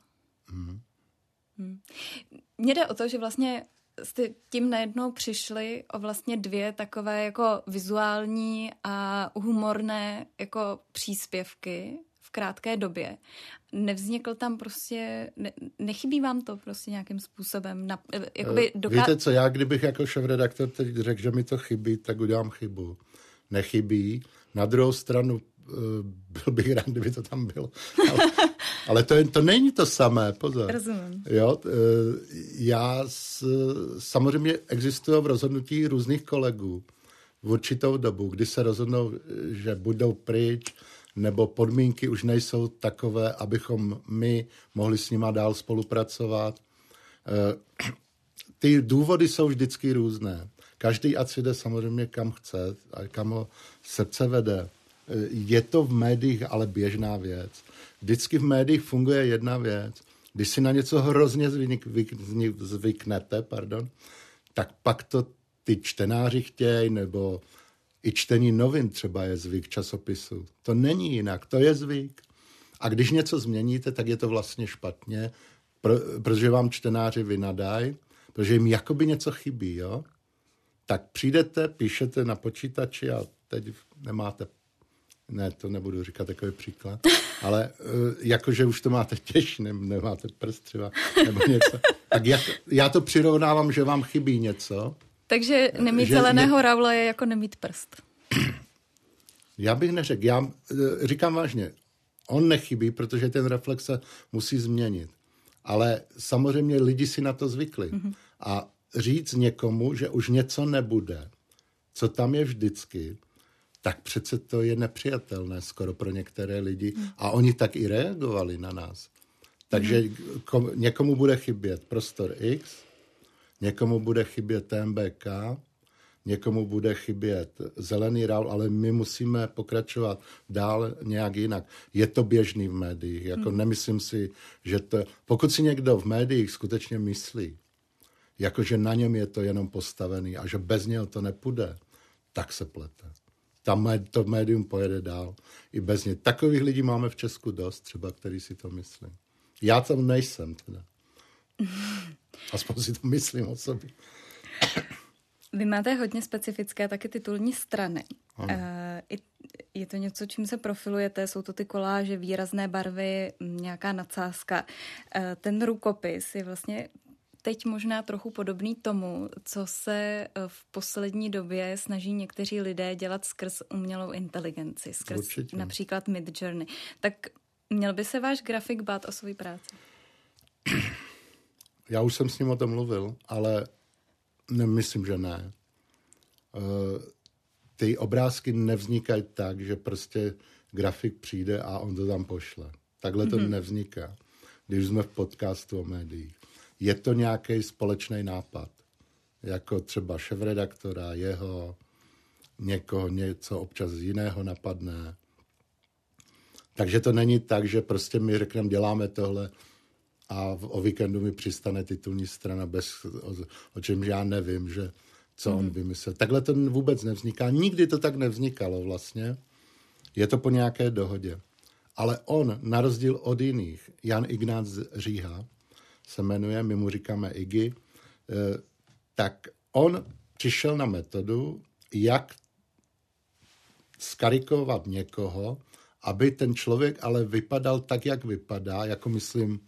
Mně jde o to, že vlastně jste tím najednou přišli o vlastně dvě takové jako vizuální a humorné jako příspěvky v krátké době. Nevznikl tam prostě, nechybí vám to prostě nějakým způsobem? Víte co, já kdybych jako šéfredaktor teď řekl, že mi to chybí, tak udělám chybu. Nechybí. Na druhou stranu byl bych rád, kdyby to tam bylo. Ale to není to samé, pozor. Rozumím. Jo, samozřejmě existují v rozhodnutí různých kolegů v určitou dobu, kdy se rozhodnou, že budou pryč, nebo podmínky už nejsou takové, abychom my mohli s nima dál spolupracovat. Ty důvody jsou vždycky různé. Každý ať si jde samozřejmě kam chce a kam ho srdce vede. Je to v médiích ale běžná věc. Vždycky v médiích funguje jedna věc. Když si na něco hrozně zvyknete, tak pak to ty čtenáři chtějí, nebo i čtení novin třeba je zvyk časopisu. To není jinak, to je zvyk. A když něco změníte, tak je to vlastně špatně, protože vám čtenáři vynadají, protože jim jakoby něco chybí, jo? Tak přijdete, píšete na počítači a teď nemáte Ne, to nebudu říkat takový příklad, ale jakože už to máte těžší, nemáte prst třeba, nebo něco. Tak já to přirovnávám, že vám chybí něco. Takže nemít zeleného Raula je jako nemít prst. Já bych neřekl. Já říkám vážně, on nechybí, protože ten reflex se musí změnit. Ale samozřejmě lidi si na to zvykli. A říct někomu, že už něco nebude, co tam je vždycky, tak přece to je nepřijatelné skoro pro některé lidi. A oni tak i reagovali na nás. Takže někomu bude chybět Prostor X, někomu bude chybět TMBK, někomu bude chybět Zelený Raul, ale my musíme pokračovat dál nějak jinak. Je to běžný v médiích. Jako nemyslím si, že to... Pokud si někdo v médiích skutečně myslí, jakože na něm je to jenom postavený a že bez něho to nepůjde, tak se plete. Tam to médium pojede dál. I bez něj. Takových lidí máme v Česku dost, třeba, který si to myslí. Já tam nejsem teda. Aspoň si to myslím o sobě. Vy máte hodně specifické taky titulní strany. Je to něco, čím se profilujete, jsou to ty koláže, výrazné barvy, nějaká nadsázka. Ten rukopis je vlastně teď možná trochu podobný tomu, co se v poslední době snaží někteří lidé dělat skrz umělou inteligenci, skrz například Midjourney. Tak měl by se váš grafik bát o svou práci? Já už jsem s ním o tom mluvil, ale myslím, že ne. Ty obrázky nevznikají tak, že prostě grafik přijde a on to tam pošle. Takhle to nevzniká, když jsme v podcastu o médiích. Je to nějaký společný nápad. Jako třeba šéfredaktora, někoho něco občas jiného napadne. Takže to není tak, že prostě my řekneme, děláme tohle a o víkendu mi přistane titulní strana, o čemž já nevím, že co on vymyslel. Takhle to vůbec nevzniká. Nikdy to tak nevznikalo vlastně. Je to po nějaké dohodě. Ale on, na rozdíl od jiných, Jan Ignác Říha, se jmenuje, my mu říkáme Iggy, tak on přišel na metodu, jak skarikovat někoho, aby ten člověk ale vypadal tak, jak vypadá, jako myslím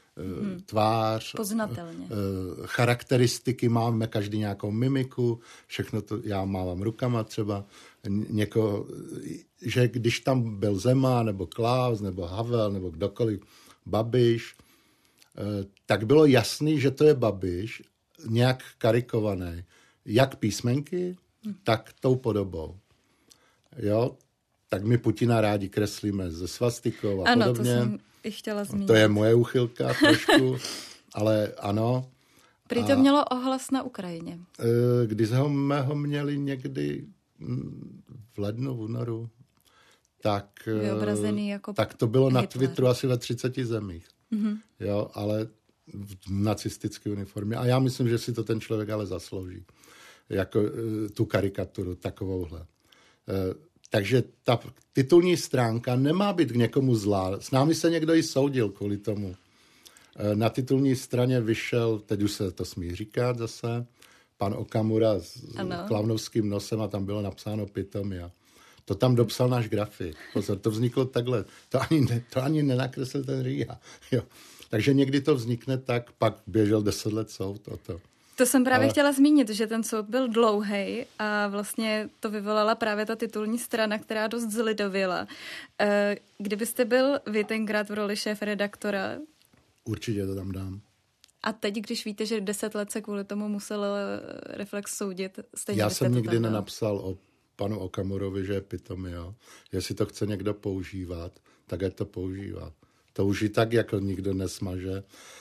tvář, poznatelně. Charakteristiky, máme každý nějakou mimiku, všechno to, já mávám rukama třeba, někoho, že když tam byl Zeman, nebo Klaus, nebo Havel, nebo kdokoliv, Babiš, tak bylo jasný, že to je Babiš, nějak karikovaný. Jak písmenky, tak tou podobou. Jo? Tak my Putina rádi kreslíme ze svastikou a ano, podobně. To jsem i chtěla zmínit. To je moje úchylka trošku, ale ano. Prý to mělo ohlas na Ukrajině. Když jsme ho měli někdy v lednu, v únoru, tak to bylo na Twitteru asi ve 30 zemích. Jo, ale v nacistické uniformě. A já myslím, že si to ten člověk ale zaslouží. Jako tu karikaturu takovouhle. Takže ta titulní stránka nemá být k někomu zlá. S námi se někdo i soudil kvůli tomu. Na titulní straně vyšel, teď už se to smí říkat zase, pan Okamura s klavnovským nosem a tam bylo napsáno Pitomia. To tam dopsal náš grafik. Pozor, to vzniklo takhle. To ani nenakreslil ten Říha. Jo. Takže někdy to vznikne tak, pak běžel 10 let soud o to. To jsem právě chtěla zmínit, že ten soud byl dlouhej a vlastně to vyvolala právě ta titulní strana, která dost zlidověla. Kdybyste byl vy tenkrát v roli šéfredaktora? Určitě to tam dám. A teď, když víte, že 10 let se kvůli tomu musel Reflex soudit, stejně já byste jsem to nikdy tam dal? nenapsal o panu Okamurovi, že je pitomio. Jestli to chce někdo používat, tak ať to používá. To už i tak jako nikdo nesmaže.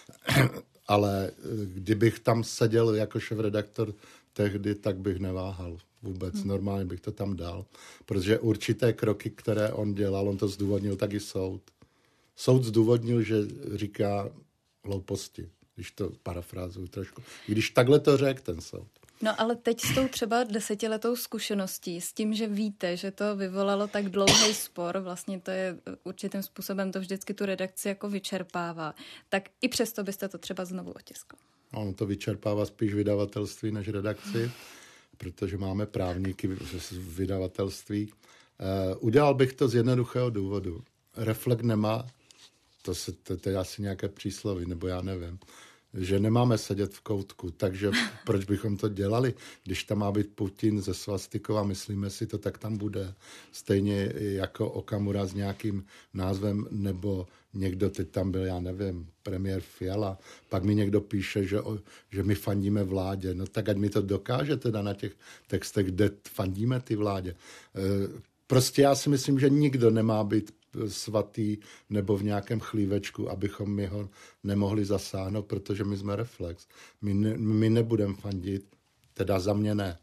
Ale kdybych tam seděl jako šéfredaktor tehdy, tak bych neváhal vůbec. Normálně bych to tam dal. Protože určité kroky, které on dělal, on to zdůvodnil taky soud. Soud zdůvodnil, že říká hlouposti, když to parafrázuju trošku. I když takhle to řekl ten soud. No ale teď s tou třeba 10letou zkušeností, s tím, že víte, že to vyvolalo tak dlouhý spor, vlastně to je určitým způsobem, to vždycky tu redakci jako vyčerpává, tak i přesto byste to třeba znovu otiskl. On to vyčerpává spíš vydavatelství než redakci, protože máme právníky v vydavatelství. Udělal bych to z jednoduchého důvodu. Reflekt nemá, to je asi nějaké přísloví, nebo já nevím, že nemáme sedět v koutku, takže proč bychom to dělali? Když tam má být Putin ze svastikou a myslíme si to, tak tam bude. Stejně jako Okamura s nějakým názvem, nebo někdo, teď tam byl, já nevím, premiér Fiala, pak mi někdo píše, že my fandíme vládě. No tak ať mi to dokáže teda na těch textech, kde fandíme ty vládě. Prostě já si myslím, že nikdo nemá být svatý nebo v nějakém chlívečku, abychom my ho nemohli zasáhnout, protože my jsme Reflex. My nebudeme fandit, teda za mě ne,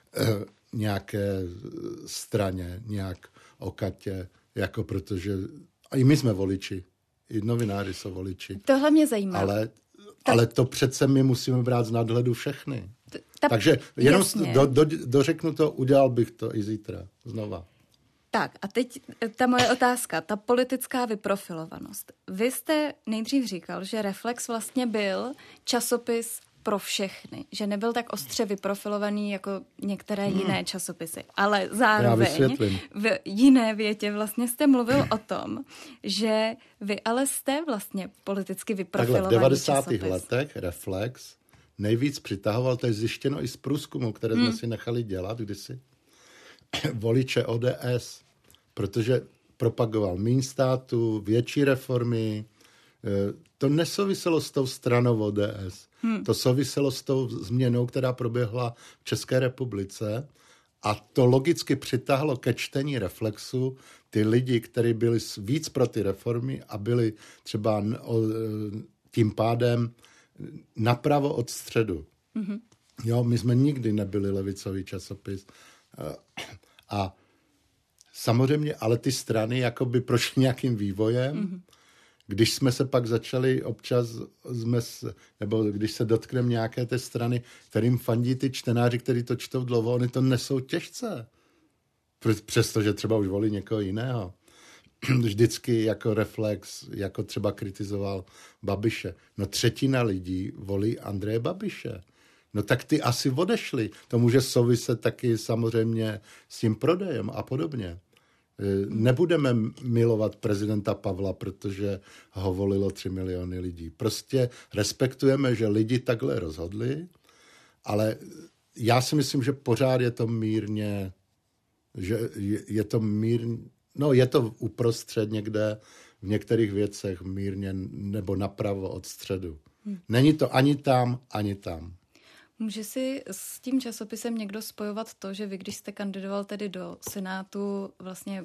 nějaké straně, nějak Okatě, jako protože a i my jsme voliči, i novináři jsou voliči. Tohle mě zajímá. Ale to přece my musíme brát z nadhledu všechny. Takže jenom dořeknu to, udělal bych to i zítra znova. Tak a teď ta moje otázka, ta politická vyprofilovanost. Vy jste nejdřív říkal, že Reflex vlastně byl časopis pro všechny, že nebyl tak ostře vyprofilovaný jako některé jiné časopisy, ale zároveň v jiné větě vlastně jste mluvil o tom, že vy ale jste vlastně politicky vyprofilovaný takhle, v 90. časopis. letech Reflex nejvíc přitahoval, to je zjištěno i z průzkumu, které jsme si nechali dělat kdysi, voliče ODS, protože propagoval míň státu, větší reformy. To nesouviselo s tou stranou ODS. To souviselo s tou změnou, která proběhla v České republice a to logicky přitáhlo ke čtení Reflexu ty lidi, kteří byli víc pro ty reformy a byli třeba tím pádem napravo od středu. Jo, my jsme nikdy nebyli levicový časopis. A samozřejmě, ale ty strany jakoby prošly nějakým vývojem. Když jsme se pak začali občas, nebo když se dotkneme nějaké té strany, kterým fandí ty čtenáři, kteří to čtou dlouho, oni to nesou těžce. Přestože třeba už volí někoho jiného. Vždycky jako Reflex, jako třeba kritizoval Babiše. No 1/3 lidí volí Andreje Babiše. No tak ty asi odešli. To může souviset taky samozřejmě s tím prodejem a podobně. Nebudeme milovat prezidenta Pavla, protože ho volilo 3 miliony lidí. Prostě respektujeme, že lidi takhle rozhodli, ale já si myslím, že pořád je to mírně, že je to mírně, no je to uprostřed někde v některých věcech mírně nebo napravo od středu. Není to ani tam, ani tam. Může si s tím časopisem někdo spojovat to, že vy, když jste kandidoval tedy do Senátu vlastně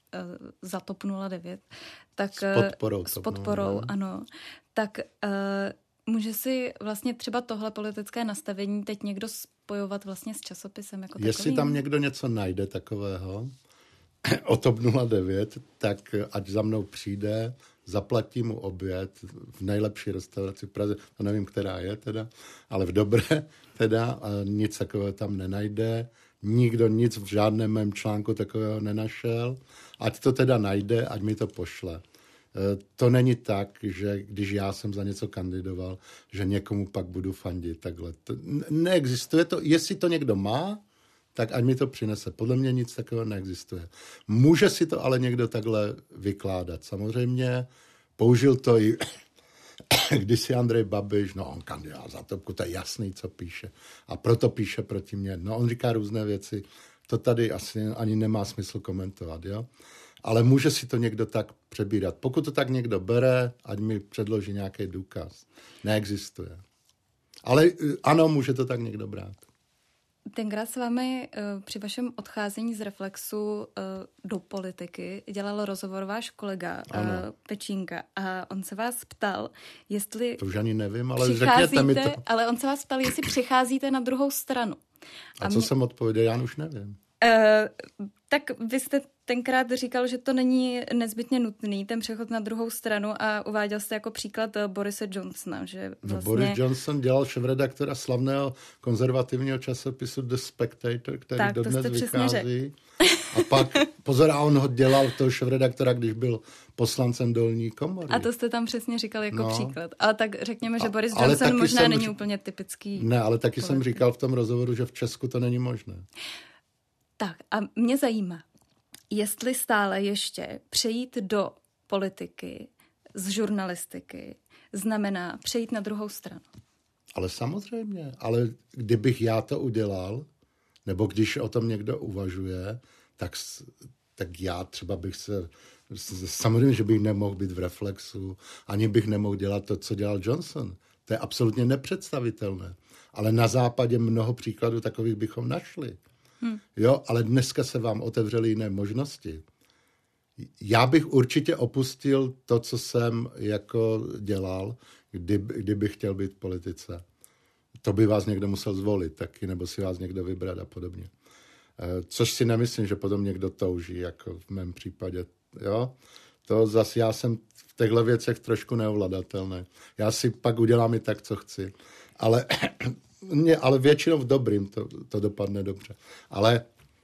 za TOP 09, tak s podporou, ano, tak může si vlastně třeba tohle politické nastavení teď někdo spojovat vlastně s časopisem jako takovým? Jestli tam někdo něco najde takového o TOP 09, tak ať za mnou přijde, zaplatí mu oběd v nejlepší restauraci v Praze, to nevím, která je teda, ale v dobré teda, a nic takového tam nenajde, nikdo nic v žádném mém článku takového nenašel, ať to teda najde, ať mi to pošle. To není tak, že když já jsem za něco kandidoval, že někomu pak budu fandit takhle. To neexistuje to, jestli to někdo má, tak ať mi to přinese. Podle mě nic takového neexistuje. Může si to ale někdo takhle vykládat. Samozřejmě použil to i kdysi Andrej Babiš, no on kandidát za TOPku, to je jasný, co píše. A proto píše proti mně. No on říká různé věci, to tady asi ani nemá smysl komentovat, jo. Ale může si to někdo tak přebírat. Pokud to tak někdo bere, ať mi předloží nějaký důkaz. Neexistuje. Ale ano, může to tak někdo brát. Tenkrát s vámi při vašem odcházení z Reflexu do politiky dělal rozhovor váš kolega Pečínka a on se vás ptal, jestli... To už ani nevím, ale řekněte mi to. Ale on se vás ptal, jestli přecházíte na druhou stranu. A co jsem odpověděl, já už nevím. Tak vy jste tenkrát říkal, že to není nezbytně nutný, ten přechod na druhou stranu a uváděl jste jako příklad Borise Johnsona, že vlastně... Boris Johnson dělal šéfredaktora slavného konzervativního časopisu The Spectator, který tak, dodnes vychází. A pak, pozor, a on ho dělal toho šéfredaktora, když byl poslancem dolní komory. A to jste tam přesně říkal jako příklad. Ale tak řekněme, že Boris Johnson možná není úplně typický. Ne, ale taky jsem říkal v tom rozhovoru, že v Česku to není možné. Tak a mě zajímá, Jestli stále ještě přejít do politiky z žurnalistiky znamená přejít na druhou stranu. Ale samozřejmě, ale kdybych já to udělal, nebo když o tom někdo uvažuje, tak já třeba bych samozřejmě, že bych nemohl být v Reflexu, ani bych nemohl dělat to, co dělal Johnson. To je absolutně nepředstavitelné. Ale na západě mnoho příkladů takových bychom našli. Jo, ale dneska se vám otevřely jiné možnosti. Já bych určitě opustil to, co jsem jako dělal, kdybych chtěl být v politice. To by vás někdo musel zvolit taky, nebo si vás někdo vybrat a podobně. Což si nemyslím, že potom někdo touží, jako v mém případě. Jo? To zase já jsem v těchto věcech trošku neovladatelný. Já si pak udělám i tak, co chci. Ale většinou v dobrým to dopadne dobře. Ale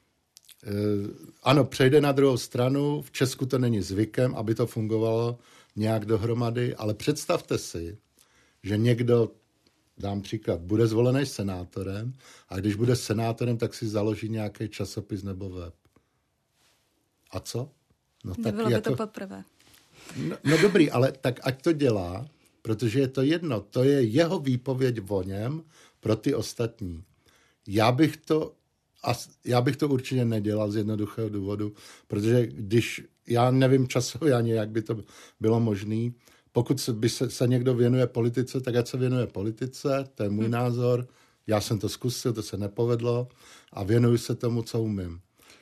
ano, přejde na druhou stranu. V Česku to není zvykem, aby to fungovalo nějak dohromady, ale představte si, že někdo, dám příklad, bude zvolený senátorem a když bude senátorem, tak si založí nějaký časopis nebo web. A co? No, tak Nebylo by to poprvé. No dobrý, ale tak ať to dělá, protože je to jedno. To je jeho výpověď o něm pro ty ostatní. Já bych to určitě nedělal z jednoduchého důvodu, protože já nevím časově ani, jak by to bylo možné. Pokud by se někdo věnuje politice, tak ať se věnuje politice, to je můj názor. Já jsem to zkusil, to se nepovedlo a věnuju se tomu, co umím.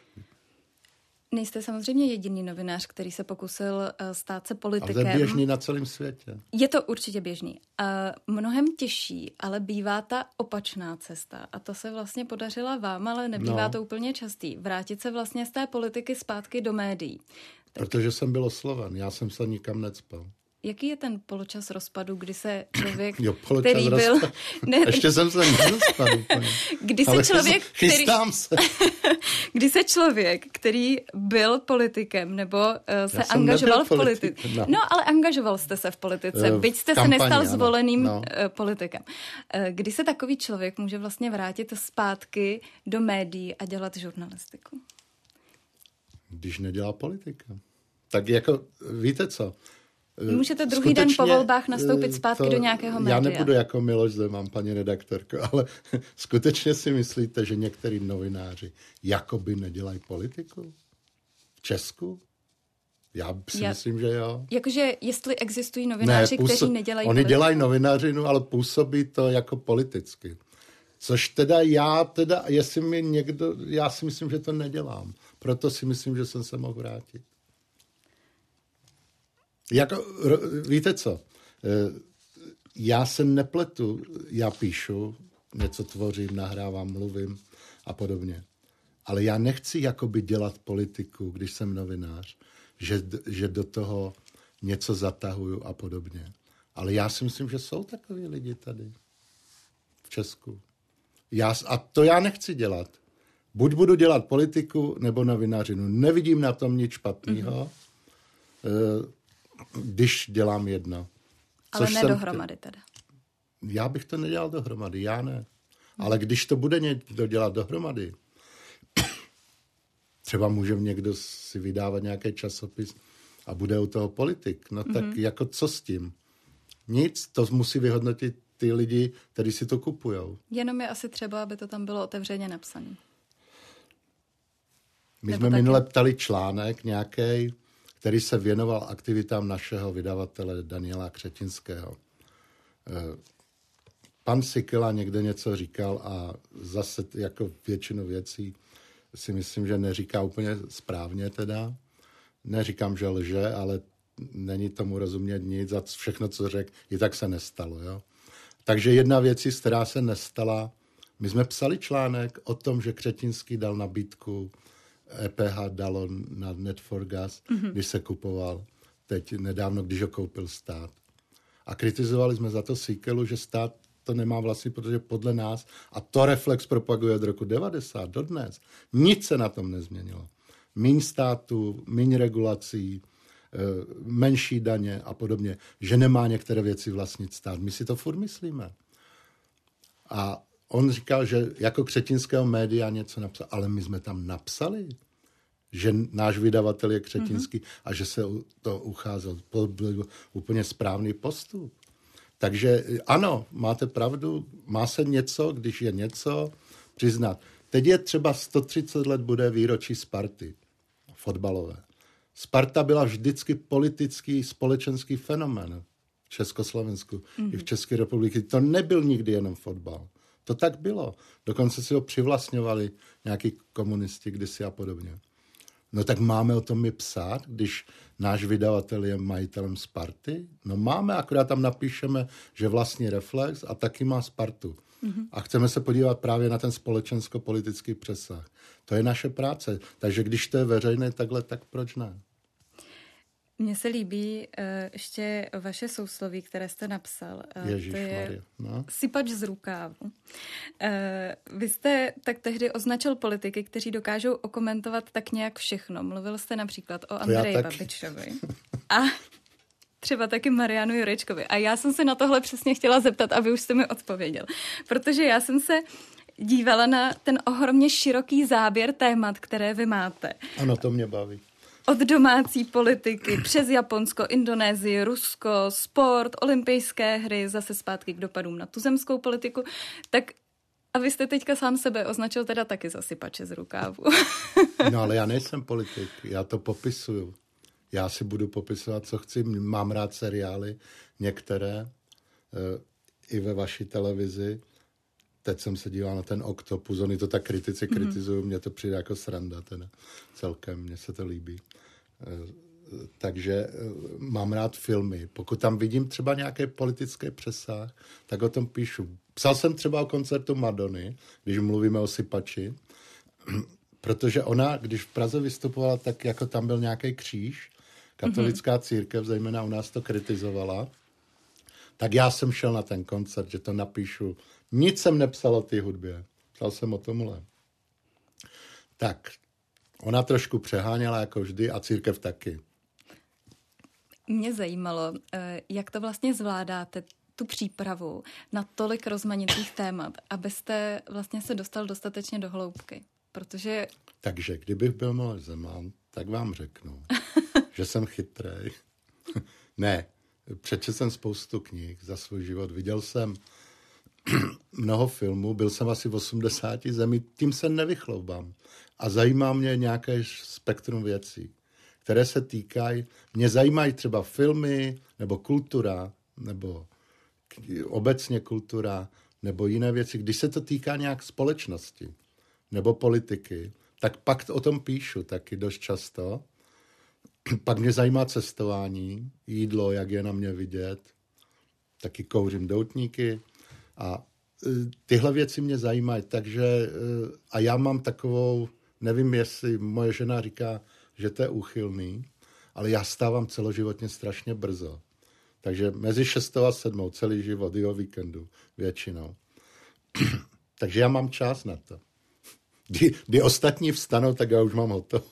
Nejste samozřejmě jediný novinář, který se pokusil stát se politikem. Ale to je běžný na celém světě. Je to určitě běžný. Mnohem těžší, ale bývá ta opačná cesta. A to se vlastně podařila vám, ale nebývá to úplně častý. Vrátit se vlastně z té politiky zpátky do médií. Protože jsem byl osloven. Já jsem se nikam necpal. Jaký je ten poločas rozpadu, kdy se člověk, který byl... Ještě jsem se nerozpadl. Kdy se člověk, kdy se člověk, který byl politikem nebo se angažoval v politice. No, ale angažoval jste se v politice, byť jste se nestal zvoleným politikem. Kdy se takový člověk může vlastně vrátit zpátky do médií a dělat žurnalistiku? Když nedělá politika. Tak jako, víte co? Můžete druhý den po volbách nastoupit zpátky do nějakého média. Já nebudu jako Miloš Zeman, paní redaktorko, ale skutečně si myslíte, že některý novináři jakoby nedělají politiku? V Česku? Já si myslím, že jo. Jakože jestli existují novináři, kteří nedělají politiku? Oni dělají novinařinu, ale působí to jako politicky. Což jestli mi někdo, já si myslím, že to nedělám. Proto si myslím, že jsem se mohl vrátit. Víte co? Já se nepletu, já píšu, něco tvořím, nahrávám, mluvím a podobně. Ale já nechci jakoby dělat politiku, když jsem novinář, že do toho něco zatahuju a podobně. Ale já si myslím, že jsou takoví lidi tady v Česku. A to já nechci dělat. Buď budu dělat politiku, nebo novinářinu. Nevidím na tom nic špatného. Když dělám jedno. Ale ne dohromady teda. Já bych to nedělal dohromady, já ne. Ale když to bude někdo dělat dohromady, třeba může někdo si vydávat nějaký časopis a bude u toho politik, no tak jako co s tím? Nic, to musí vyhodnotit ty lidi, kteří si to kupujou. Jenom je asi třeba, aby to tam bylo otevřeně napsané. My jsme minule ptali článek nějaký, který se věnoval aktivitám našeho vydavatele Daniela Křetinského. Pan Sikela někde něco říkal a zase jako většinu věcí si myslím, že neříká úplně správně teda. Neříkám, že lže, ale není tomu rozumět nic a všechno, co řekl, i tak se nestalo. Jo? Takže jedna věc, která se nestala, my jsme psali článek o tom, že Křetinský dal nabídku, EPH dalo na Net4Gas, když se kupoval teď nedávno, když ho koupil stát. A kritizovali jsme za to Síkelu, že stát to nemá vlastně, protože podle nás, a to Reflex propaguje od roku 90 dodnes, nic se na tom nezměnilo. Míň států, míň regulací, menší daně a podobně, že nemá některé věci vlastnit stát. My si to furt myslíme. A on říkal, že jako Křetinského média něco napsal, ale my jsme tam napsali, že náš vydavatel je křetínský a že se to ucházel. To byl úplně správný postup. Takže ano, máte pravdu, má se něco, když je něco, přiznat. Teď je třeba 130 let bude výročí Sparty fotbalové. Sparta byla vždycky politický, společenský fenomén v Československu i v České republice. To nebyl nikdy jenom fotbal. To tak bylo. Dokonce si ho přivlastňovali nějaký komunisti kdysi a podobně. No tak máme o tom mi psát, když náš vydavatel je majitelem Sparty? No máme, akorát tam napíšeme, že vlastní Reflex a taky má Spartu. A chceme se podívat právě na ten společensko-politický přesah. To je naše práce. Takže když to je veřejné takhle, tak proč ne? Mně se líbí ještě vaše sousloví, které jste napsal. Ježišmarja. No. Sypač z rukávu. Vy jste tak tehdy označil politiky, kteří dokážou okomentovat tak nějak všechno. Mluvil jste například o Andreji Babišovi a třeba taky Marianu Jurečkovi. A já jsem se na tohle přesně chtěla zeptat a vy už jste mi odpověděl. Protože já jsem se dívala na ten ohromně široký záběr témat, které vy máte. Ano, to mě baví. Od domácí politiky přes Japonsko, Indonésii, Rusko, sport, olympijské hry, zase zpátky k dopadům na tuzemskou politiku. Tak a vy jste teďka sám sebe označil teda taky za sypače z rukávu. No ale já nejsem politik, já to popisuju. Já si budu popisovat, co chci. Mám rád seriály, některé, i ve vaší televizi. Teď jsem se díval na ten Oktopus, oni to tak kritici kritizují, mně to přijde jako sranda, teda celkem, mně se to líbí. Takže mám rád filmy. Pokud tam vidím třeba nějaký politický přesah, tak o tom píšu. Psal jsem třeba o koncertu Madony, když mluvíme o sypači, protože ona, když v Praze vystupovala, tak jako tam byl nějaký kříž, katolická církev, zejména u nás to kritizovala, tak já jsem šel na ten koncert, že to napíšu. Nic jsem nepsal o té hudbě. Psal jsem o tomhle. Tak, ona trošku přeháněla jako vždy a církev taky. Mě zajímalo, jak to vlastně zvládáte, tu přípravu na tolik rozmanitých témat, abyste vlastně se dostal dostatečně do hloubky. Protože... Takže kdybych byl Miloš Zeman, tak vám řeknu, že jsem chytrej. Ne, přečetl jsem spoustu knih za svůj život. Viděl jsem mnoho filmů, byl jsem asi v 80 zemí, tím se nevychloubám. A zajímá mě nějaké spektrum věcí, které se týkají, mě zajímají třeba filmy, nebo kultura, nebo obecně kultura, nebo jiné věci. Když se to týká nějak společnosti, nebo politiky, tak pak o tom píšu taky dost často. Pak mě zajímá cestování, jídlo, jak je na mě vidět. Taky kouřím doutníky. A tyhle věci mě zajímají. Takže, a já mám takovou, nevím, jestli moje žena říká, že to je úchylný, ale já stávám celoživotně strašně brzo. Takže mezi 6 a 7 celý život, i o víkendu většinou. Takže já mám čas na to. Kdy ostatní vstanou, tak já už mám hotovo.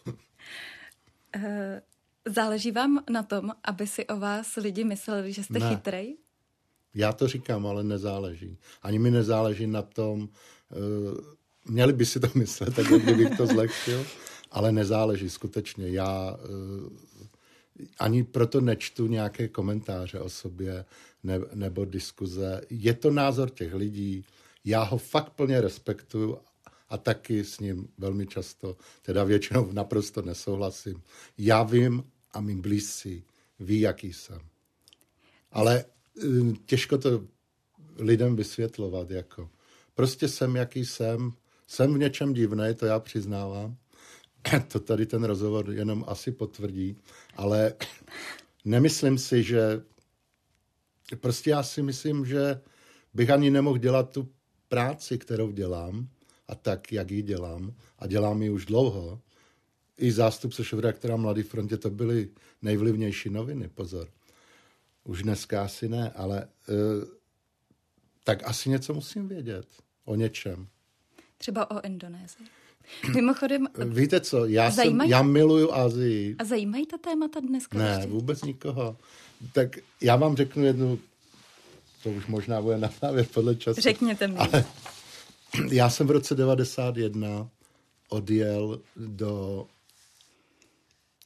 Záleží vám na tom, aby si o vás lidi mysleli, že jste chytrej? Já to říkám, ale nezáleží. Ani mi nezáleží na tom, měli by si to myslet, tak kdybych to zlehčil, ale nezáleží skutečně. Já ani proto nečtu nějaké komentáře o sobě nebo diskuze. Je to názor těch lidí, já ho fakt plně respektuju a taky s ním velmi často, teda většinou naprosto nesouhlasím. Já vím a mým blízcí ví, jaký jsem. Ale těžko to lidem vysvětlovat, jako. Prostě jsem, jaký jsem. Jsem v něčem divnej, to já přiznávám. To tady ten rozhovor jenom asi potvrdí, ale nemyslím si, že prostě já si myslím, že bych ani nemohl dělat tu práci, kterou dělám a tak, jak ji dělám a dělám ji už dlouho. I zástupce šéfredaktora Mladé frontě, to byly nejvlivnější noviny, pozor. Už dneska asi ne, ale tak asi něco musím vědět o něčem. Třeba o Indonésii. Mimochodem... Víte co, já miluju Asii. A zajímají ta témata dneska? Ne, ještě? Vůbec nikoho. Tak já vám řeknu jednu, to už možná bude na závěr podle času. Řekněte mi. Ale já jsem v roce 91 odjel do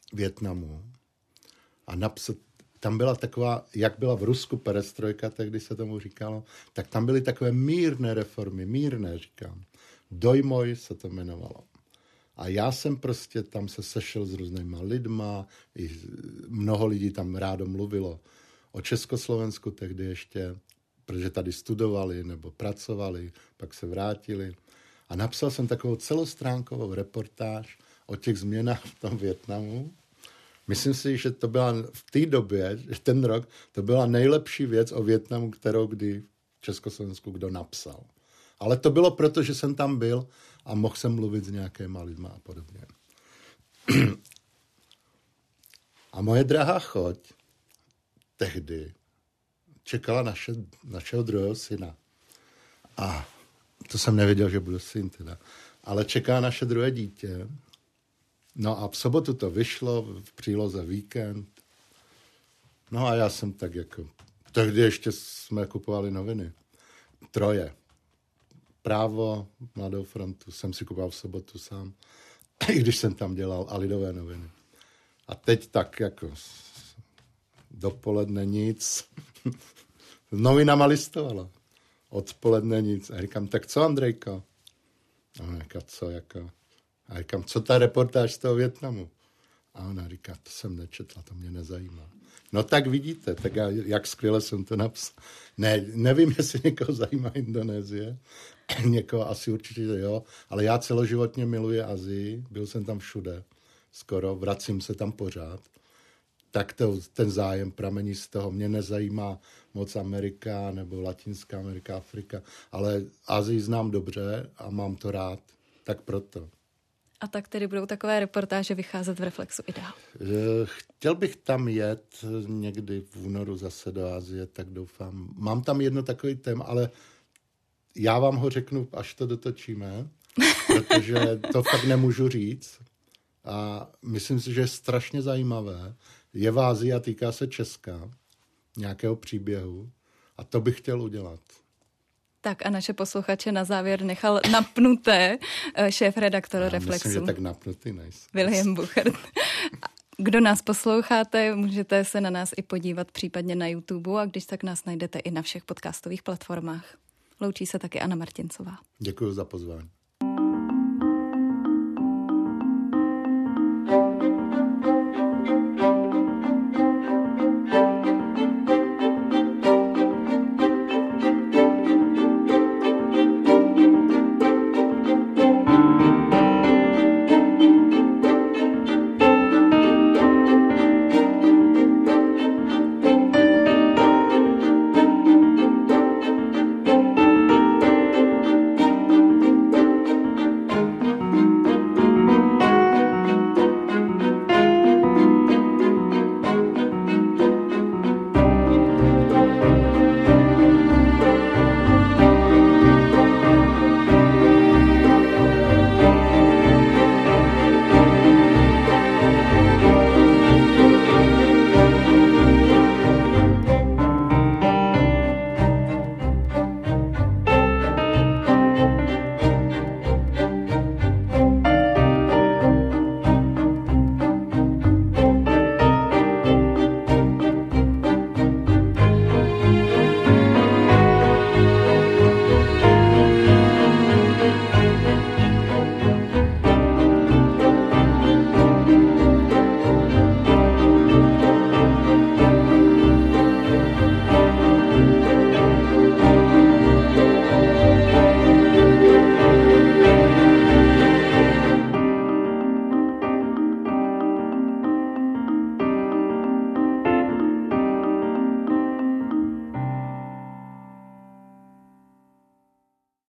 Vietnamu a napsat, tam byla taková, jak byla v Rusku perestrojka, tak když se tomu říkalo, tak tam byly takové mírné reformy, mírné říkám. Dojmoj se to jmenovalo. A já jsem prostě tam se sešel s různýma lidma, i mnoho lidí tam rádo mluvilo o Československu tehdy ještě, protože tady studovali nebo pracovali, pak se vrátili. A napsal jsem takovou celostránkovou reportáž o těch změnách v tom Vietnamu. Myslím si, že to byla v té době, ten rok, to byla nejlepší věc o Vietnamu, kterou kdy v Československu kdo napsal. Ale to bylo proto, že jsem tam byl a mohl jsem mluvit s nějakýma lidma a podobně. A moje drahá choť tehdy čekala našeho druhého syna. A to jsem nevěděl, že budu syn teda. Ale čeká naše druhé dítě. No a v sobotu to vyšlo, v příloze Víkend. No a já jsem tak jako... Tehdy ještě jsme kupovali noviny. Troje. Právo, Mladou frontu jsem si kupoval v sobotu sám. I když jsem tam dělal a Lidové noviny. A teď tak jako dopoledne nic. Novinama listovalo. Odpoledne nic. A říkám, tak co, Andrejko? A ona říká, co jako... A říkám, co ta reportáž z toho Vietnamu? A ona říká, to jsem nečetla, to mě nezajímá. No tak vidíte, tak jak skvěle jsem to napsal. Ne, nevím, jestli někoho zajímá Indonésie, někoho asi určitě jo, ale já celoživotně miluji Asii, byl jsem tam všude, skoro, vracím se tam pořád. Tak ten zájem pramení z toho. Mě nezajímá moc Amerika nebo Latinská Amerika, Afrika, ale Asii znám dobře a mám to rád, tak proto. A tak tedy budou takové reportáže vycházet v Reflexu i dál. Chtěl bych tam jet někdy v únoru zase do Asie, tak doufám. Mám tam jedno takový téma, ale já vám ho řeknu, až to dotočíme, protože to fakt nemůžu říct. A myslím si, že je strašně zajímavé. Je v Asii a týká se Česka, nějakého příběhu a to bych chtěl udělat. Tak a naše posluchače na závěr nechal napnuté šéf-redaktor Reflexu. Myslím, že tak napnutý nejsem. William Buchert. Kdo nás posloucháte, můžete se na nás i podívat případně na YouTube a když tak nás najdete i na všech podcastových platformách. Loučí se taky Anna Martincová. Děkuji za pozvání.